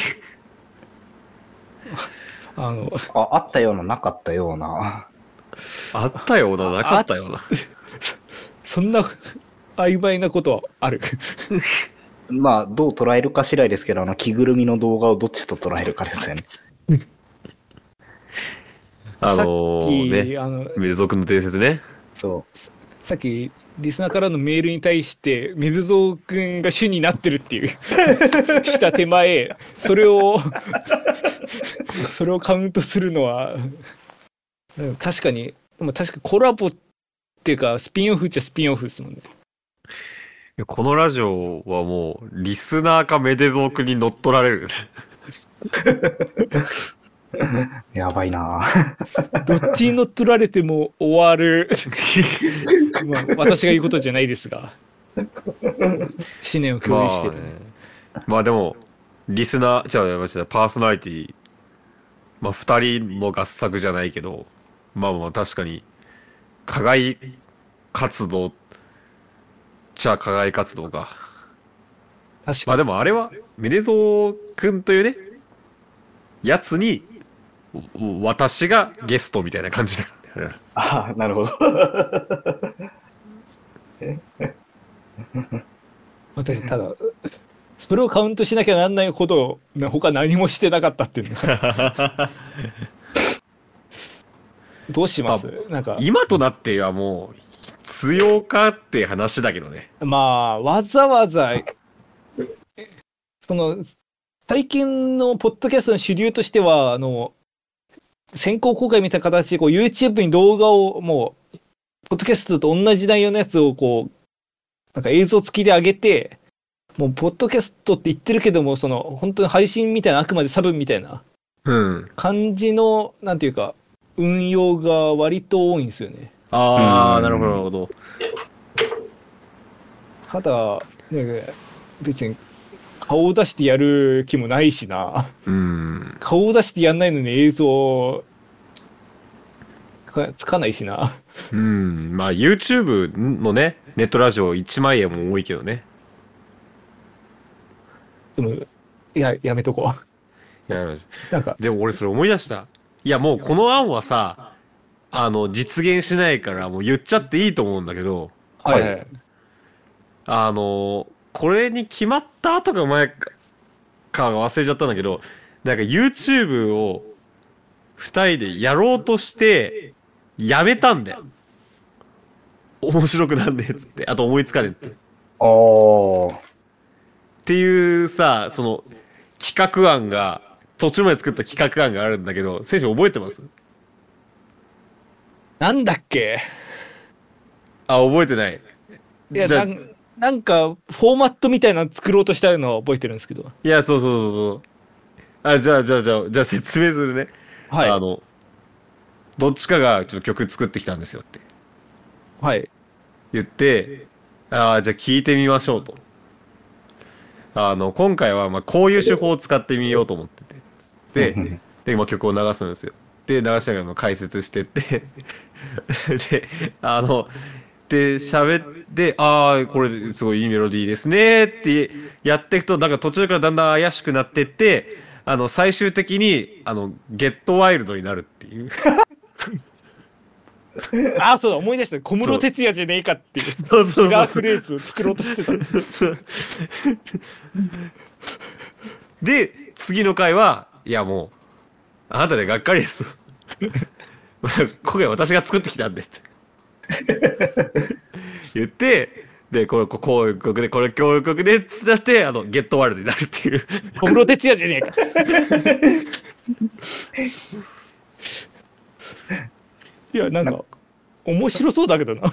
あのああったようななかったような。 あったようななかったような。 そんな曖昧なことはある？ まあどう捉えるか次第ですけど、あの着ぐるみの動画をどっちと捉えるかですよね。 あのー、ね、あのメルゾー君の伝説ね。 そうさっきリスナーからのメールに対してメルゾー君が主になってるっていうした手前、それをそれをカウントするのは確かに、でも確かコラボっていうかスピンオフっちゃスピンオフですもんね。 このラジオはもうリスナーかメデゾー君に乗っ取られる。 やばいな。 どっちに乗っ取られても終わる。まあ私が言うことじゃないですが、思念を共有してる、ね。 まあ、まあでもリスナーじゃあパーソナリティ、まあふたりの合作じゃないけど、まあまあ確かに課外活動じゃあ課外活動か。 確かに。 まあでもあれはメデゾー君というねやつに私がゲストみたいな感じだからね。 ああ、なるほど。 ただそれをカウントしなきゃなんないほど他何もしてなかったっていうのがどうします？なんか今となってはもう必要かって話だけどね。 まあわざわざその最近のポッドキャストの主流としてはあの先行公開みたいな形でこう YouTube に動画をもうポッドキャストと同じ内容のやつをこうなんか映像付きで上げて、もうポッドキャストって言ってるけどもその本当に配信みたいなあくまでサブみたいな感じの、うん、なんていうか運用が割と多いんですよね。 ああ、なるほどなるほど。 ただね別に顔を出してやる気もないしな。 うん。 顔を出してやんないのに映像つかないしな。 うん。まあ YouTube のねネットラジオいちまいえんも多いけどね。 でもいややめとこう。いやなんかでも俺それ思い出した。いやもうこの案はさあの実現しないからもう言っちゃっていいと思うんだけど。 はい、はい。 あのこれに決まった後か前か忘れちゃったんだけど、なんか YouTube をふたりでやろうとしてやめたんだよ。面白くなんねえっつって、あと思いつかねえって。 ああ。 っていうさ、その企画案が途中まで作った企画案があるんだけど、選手覚えてます？ なんだっけ？ あ、覚えてない。 いや、じゃなんなんかフォーマットみたいなの作ろうとしたのは覚えてるんですけど。 いや、そうそうそうそう。あ、じゃあじゃあじゃあじゃあ説明するね。 はい。 あのどっちかがちょっと曲作ってきたんですよって。 はい。 言って、ああじゃあ聞いてみましょうと。あの今回はまあこういう手法を使ってみようと思ってて、で、でまあ曲を流すんですよ。で流しながら解説してってであの。で喋ってああこれすごいいいメロディーですねってやっていくとなんか途中からだんだん怪しくなってってあの最終的にあのゲットワイルドになるっていうああそうだ思い出した小室哲哉じゃねえかっていうそうそうそうキラーフレーズを作ろうとしてたで次の回はいやもうあなたでがっかりです今回私が作ってきたんでって言って、でこれこういう曲でこれ協力曲でっつってあのゲットワールドになるっていう小室哲哉じゃねえかいやなんか面白そうだけどな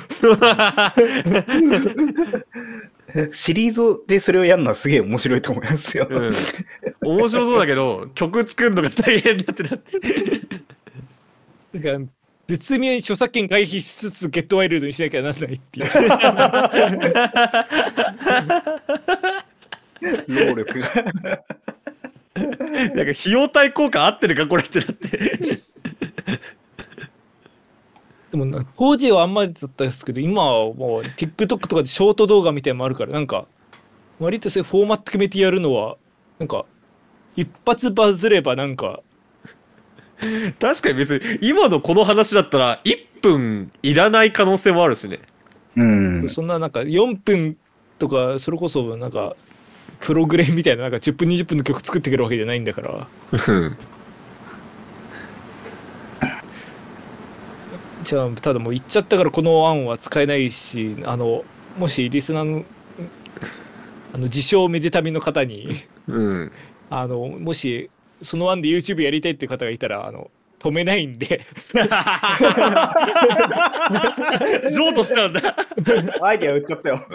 シリーズでそれをやるのはすげえ面白いと思いますよ、 うん、面白そうだけど曲作るのが大変だってなってなんか別名著作権回避しつつゲットワイルドにしなきゃならないっていう能力がなんか費用対効果合ってるかこれってなってでもな当時はあんまりだったんですけど今はもう TikTok とかでショート動画みたいなのもあるからなんか割とそういうフォーマット決めてやるのはなんか一発バズればなんか確かに別に今のこの話だったらいっぷんいらない可能性もあるしね。 うん。 そんななんかよんぷんとかそれこそなんかプログレみたいななんかじゅっぷんにじゅっぷんの曲作ってくるわけじゃないんだからじゃあただもう言っちゃったからこの案は使えないしあのもしリスナーのあの自称めでたみの方に、 うん、 あのもしその案で YouTube やりたいっていう方がいたらあの止めないんで譲渡しちゃうんだアイデア売っちゃったよ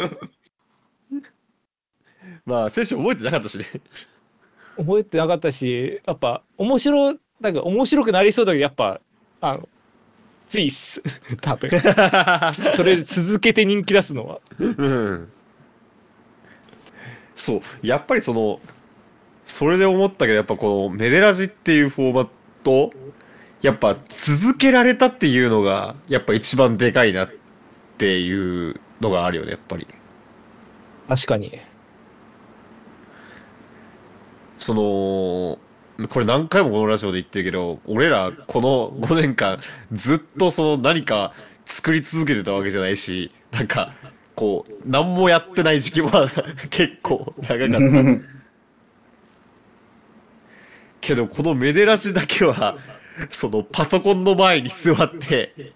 まあ選手覚えてなかったしね覚えてなかったしやっぱ面白なんか面白くなりそうだけどやっぱあのついっす多分それ続けて人気出すのはうんそうやっぱりそのそれで思ったけどやっぱこのメデラジっていうフォーマットやっぱ続けられたっていうのがやっぱ一番でかいなっていうのがあるよねやっぱり確かにそのこれ何回もこのラジオで言ってるけど俺らこのごねんかんずっとその何か作り続けてたわけじゃないしなんかこう何もやってない時期も結構長かったけどこのメデラジだけはそのパソコンの前に座って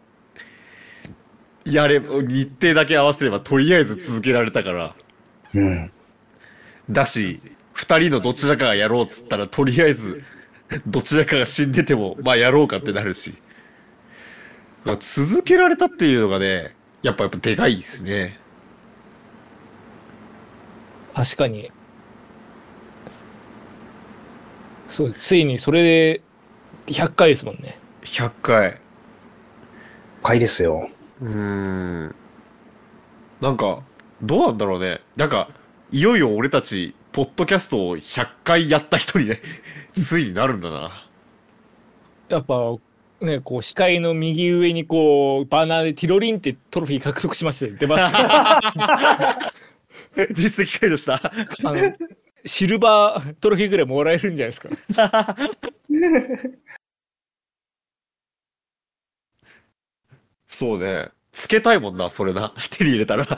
やれ日程だけ合わせればとりあえず続けられたから、 うん、 だしふたりのどちらかがやろうっつったらとりあえずどちらかが死んでてもまあやろうかってなるし続けられたっていうのがねやっぱやっぱでかいですね。 確かにそうついにそれでひゃっかいですもんね。 ひゃっかい回ですよ。 うーんなんかどうなんだろうね。なんかいよいよ俺たちポッドキャストをひゃっかいやった人にねついになるんだな。 やっぱねこう視界の右上にこうバナーでティロリンってトロフィー獲得しましたよ出ますよ実績解除したあのシルバートロフィーぐらいもらえるんじゃないですかそうねつけたいもんなそれな手に入れたら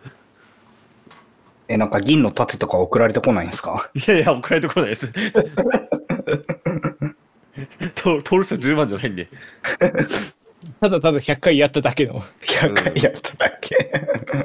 えなんか銀の盾とか送られてこないんですか？ いやいや送られてこないですトール数じゅうまんじゃないんでただただひゃっかいやっただけのひゃっかいやっただけ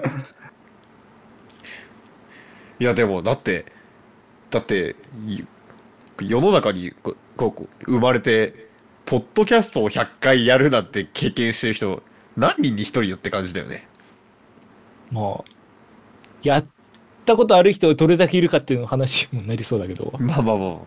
いやでもだってだって世の中にこここ生まれてポッドキャストをひゃっかいやるなんて経験してる人何人にひとりよって感じだよね。 まあやったことある人がどれだけいるかっていうの話もなりそうだけどまあまあまあ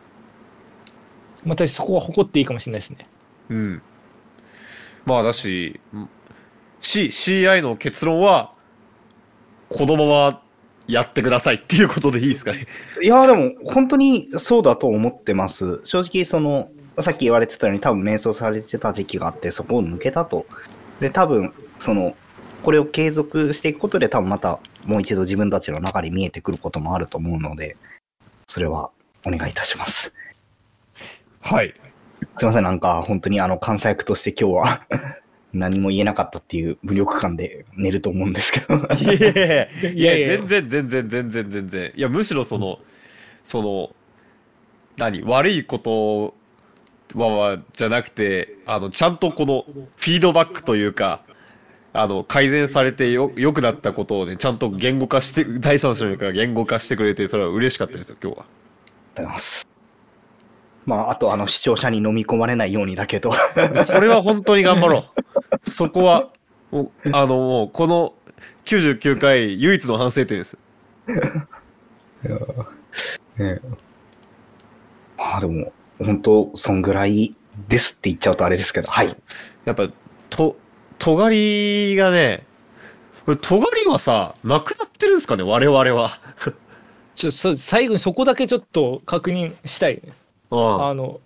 私そこは誇っていいかもしれないですね。 うんまあだし C、シーアイ の結論はこのままやってくださいっていうことでいいですかね。 いやでも本当にそうだと思ってます。正直そのさっき言われてたように多分迷走されてた時期があってそこを抜けたと。で多分そのこれを継続していくことで多分またもう一度自分たちの中に見えてくることもあると思うのでそれはお願いいたします。 はいすいませんなんか本当にあの監査役として今日は何も言えなかったっていう無力感で寝ると思うんですけどいやいやいやいや全然全然全然全然いやむしろそのその何悪いことまあまあじゃなくて、あのちゃんとこのフィードバックというか、あの改善されてよ良くなったことをね、ちゃんと言語化して、第三者の人が言語化してくれて、それは嬉しかったですよ今日は。 ありがとうございます。まあ、あと、あの、視聴者に飲み込まれないようにだけど。 それは本当に頑張ろう。そこは、もうあの、もう、このきゅうじゅうきゅうかい唯一の反省点です。 いやね、まあでも、本当、そんぐらいですって言っちゃうとあれですけど、はい。 やっぱ、と、尖りがね、これ、尖りはさ、なくなってるんですかね、我々は。 ちょそ最後にそこだけちょっと確認したいね。あの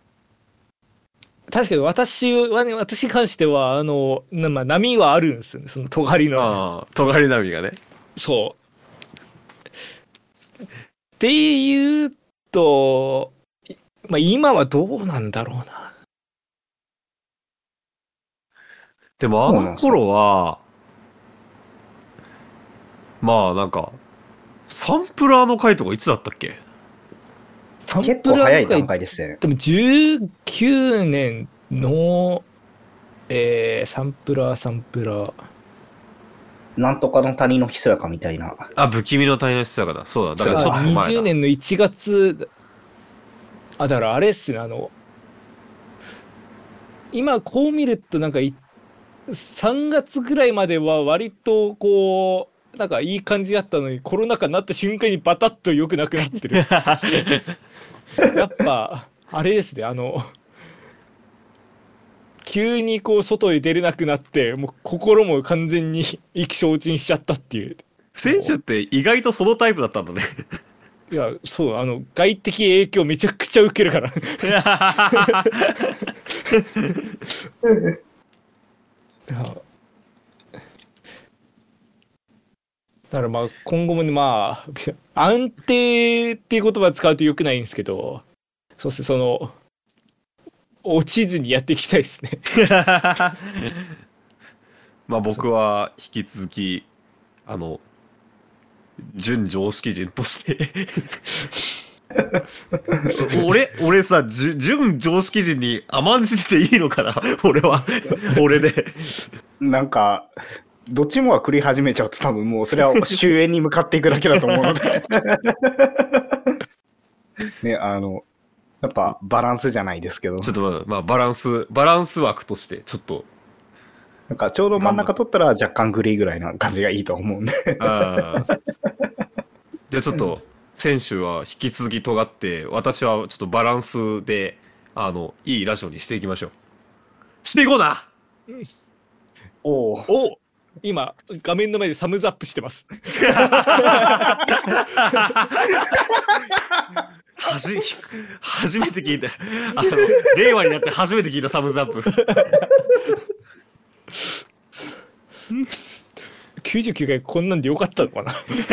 確かに私はね、私に関してはあの、まあ、波はあるんですよね、その尖りの。 ああ、尖り波がね。 そうっていうと、まあ、今はどうなんだろうな。 でもあの頃はまあなんかサンプラーの回とかいつだったっけ？ 結構早い段階ですね。 でもじゅうきゅうねんの、えー、サンプラーサンプラーなんとかの谷のひそやかみたいな。 あ、不気味の谷のひそやかだ。そうだ。だからちょっと前だ。 にじゅうねんのいちがつ、あ、だからあれっすね、あの今こう見るとなんかさんがつぐらいまでは割とこうなんかいい感じだったのに、コロナ禍になった瞬間にバタッと良くなくなってる。やっぱあれですね、あの急にこう外に出れなくなって、もう心も完全に意気消沈しちゃったっていう。 選手って意外とそのタイプだったんだね。 いや、そう、あの外的影響めちゃくちゃ受けるから。いやだからまあ今後もね、まあ安定っていう言葉を使うと良くないんですけど、そしてその落ちずにやっていきたいですね。 まあ僕は引き続きあの準常識人として俺俺さ準常識人に甘んじてていいのかな俺は俺でなんかどっちもが繰り始めちゃうと多分もうそれは終焉に向かっていくだけだと思うのでね、あのやっぱバランスじゃないですけど、 ちょっとまあバランスバランス枠としてちょっとなんかちょうど真ん中取ったら若干グリーぐらいな感じがいいと思うんであじゃあちょっと選手は引き続き尖って、私はちょっとバランスであのいいラジオにしていきましょう。していこうな。 おおお今画面の前でサムズアップしてます。 はじ初めて聞いた。あの令和になって初めて聞いたサムズアップ。 きゅうじゅうきゅうかいこんなんでよかったのかな。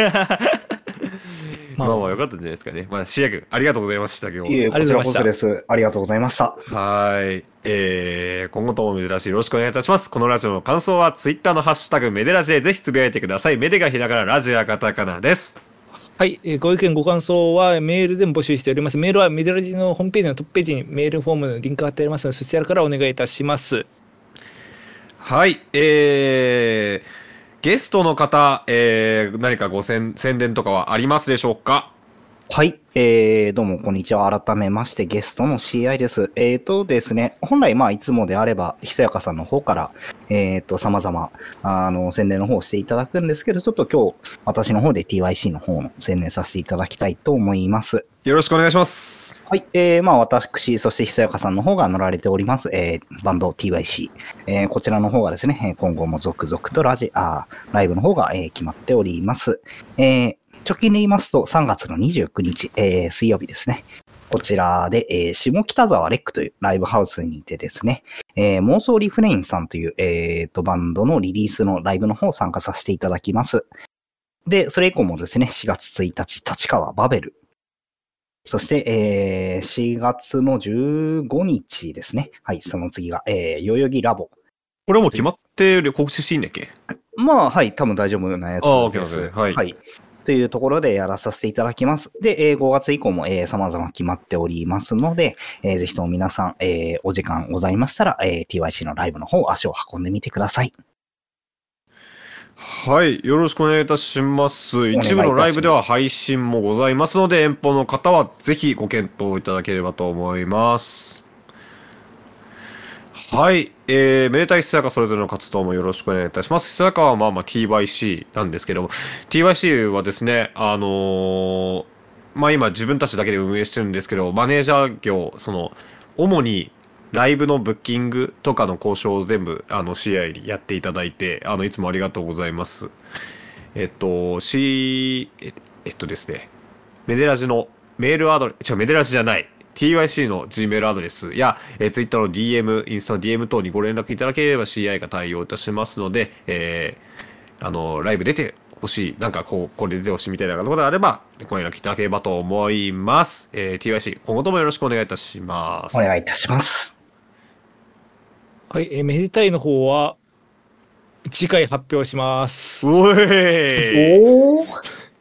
まあまあよかったんじゃないですかね。まあシア君ありがとうございました今日。 いえ、こちらこそです。ありがとうございました。 はい、えー、今後とも珍しいよろしくお願いいたします。このラジオの感想はツイッターのハッシュタグメデラジでぜひつぶやいてください。メデがひらがな、ラジオはカタカナです。 はい、えー、ご意見ご感想はメールでも募集しております。メールはメデラジのホームページのトップページにメールフォームのリンクが貼ってありますので、そちらからお願いいたします。 はい、えー、ゲストの方、えー、何かご宣伝とかはありますでしょうか？ はい、えー、どうもこんにちは。改めましてゲストの シーアイ です。えーとですね、本来まあいつもであればひそやかさんの方からえーと様々あの宣伝の方をしていただくんですけど、ちょっと今日私の方で ティーワイシー の方の宣伝させていただきたいと思います。 よろしくお願いします。 はい、えー、まあ私そしてひそやかさんの方が乗られております、えー、バンド ティーワイシー、えー、こちらの方がですね、今後も続々とラジあライブの方が、えー、決まっております。えー直近で言いますとさんがつのにじゅうくにち、えー、水曜日ですね。こちらで、えー、下北沢レックというライブハウスにてですね、えー、妄想リフレインさんという、えー、とバンドのリリースのライブの方を参加させていただきます。で、それ以降もですね、しがつついたち、立川バベル。そして、えー、しがつのじゅうごにちですね。はい、その次が、えー、代々木ラボ。 これはもう決まってる告知していいんだっけ？ まあ、はい、多分大丈夫なやつです。 あ、OK、OK、はい。 はいというところでやらさせていただきます。で、えーごがつ以降も、えー、様々決まっておりますので、えーぜひとも皆さん、えーお時間ございましたら、えー ティーワイシー のライブの方、足を運んでみてください。 はい、よろしくお願いいたします。 願いいたします一部のライブでは配信もございますので、遠方の方はぜひご検討いただければと思います。はい、えー、めでたいひさやかそれぞれの活動もよろしくお願いいたします。ひさやかはまあまあ ティーワイシー なんですけども、ティーワイシー はですね、あのーまあ今自分たちだけで運営してるんですけど、マネージャー業、その、主にライブのブッキングとかの交渉を全部あの シーアイ にやっていただいて、あのいつもありがとうございます。えっと C ええっとですねメデラジのメールアドレス違うメデラジじゃない ティーワイシー の Gmail アドレスや、えー、Twitter の ディーエム インスタの ディーエム 等にご連絡いただければ シーアイ が対応いたしますので、えー、あのライブ出てほしいなんかこうこれ出てほしいみたいなことがあればご連絡いただければと思います。えー、ティーワイシー 今後ともよろしくお願いいたします。 お願いいたします。 はい、えーめでたいの方は次回発表します。 おいおお。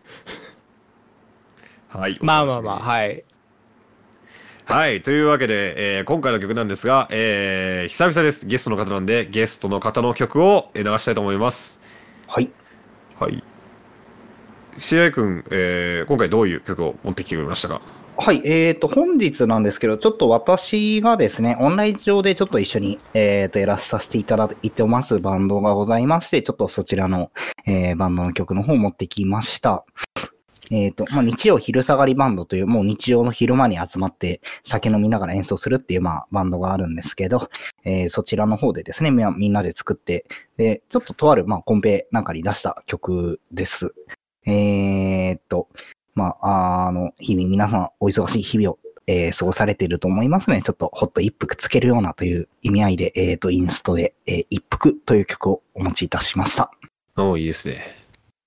はい、 まあまあまあ、はい。 はい。というわけで、えー今回の曲なんですが、えー久々です。ゲストの方なんで、ゲストの方の曲をえー流したいと思います。 はい。 はい。シーアイ 君、えー今回どういう曲を持ってきてくれましたか？ はい、えーと、本日なんですけど、ちょっと私がですね、オンライン上でちょっと一緒に、えーと、やらさせていただいてますバンドがございまして、ちょっとそちらの、えーバンドの曲の方を持ってきました。えーと、まあ、日曜昼下がりバンドという、もう日曜の昼間に集まって酒飲みながら演奏するっていう、まあ、バンドがあるんですけど、えーそちらの方でですね、みみんなで作って、で、ちょっととある、まあ、コンペなんかに出した曲です。えーと、まあ、あの、日々皆さんお忙しい日々を、えー過ごされていると思いますので、ちょっとほっと一服つけるようなという意味合いで、えーと、インストで、えー一服という曲をお持ちいたしました。 おー、いいですね。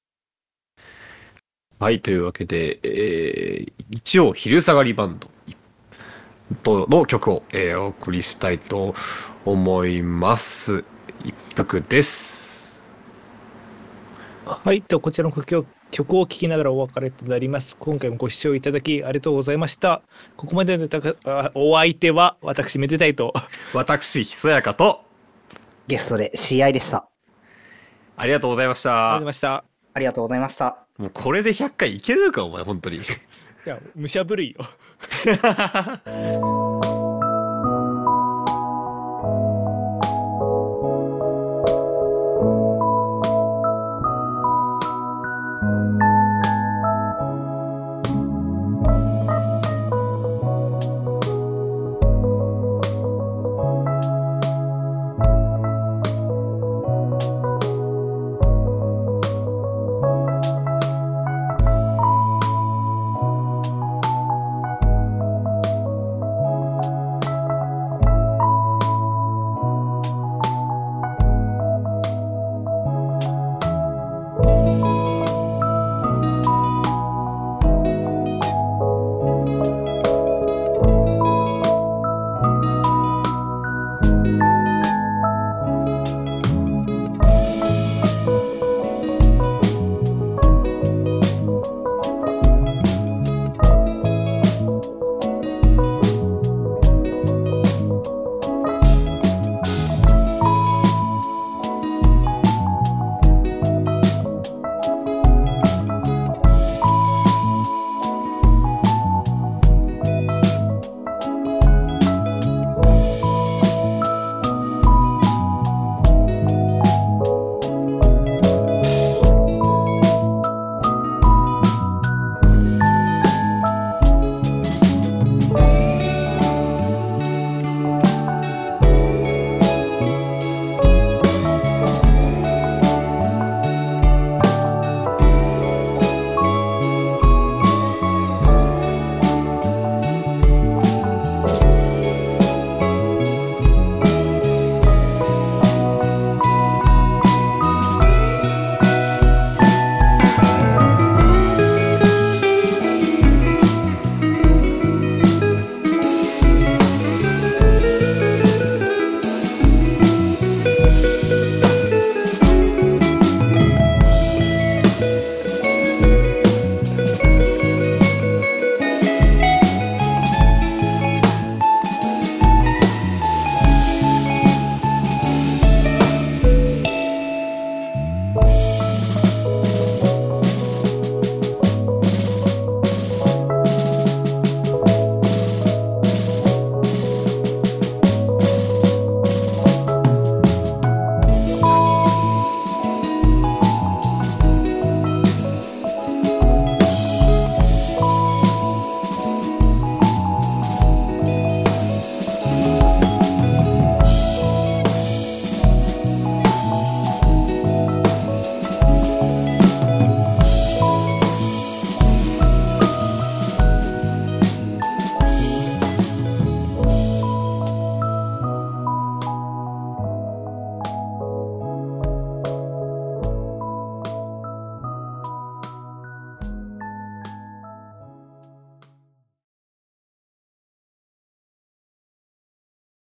はい。というわけで、えー一応、昼下がりバンドとの曲を、えーお送りしたいと思います。一服です。 はい、ではこちらの曲を曲を聴きながらお別れとなります。今回もご視聴いただきありがとうございました。ここまでのたかあお相手は私めでたいと私、ひそやかと、 ゲストで シーアイ でした。 ありがとうございましありがとうございた。 ました。 ありがとうございました。 もうこれでひゃっかいいけるのか、お前、本当に。 いや、武者震いよ。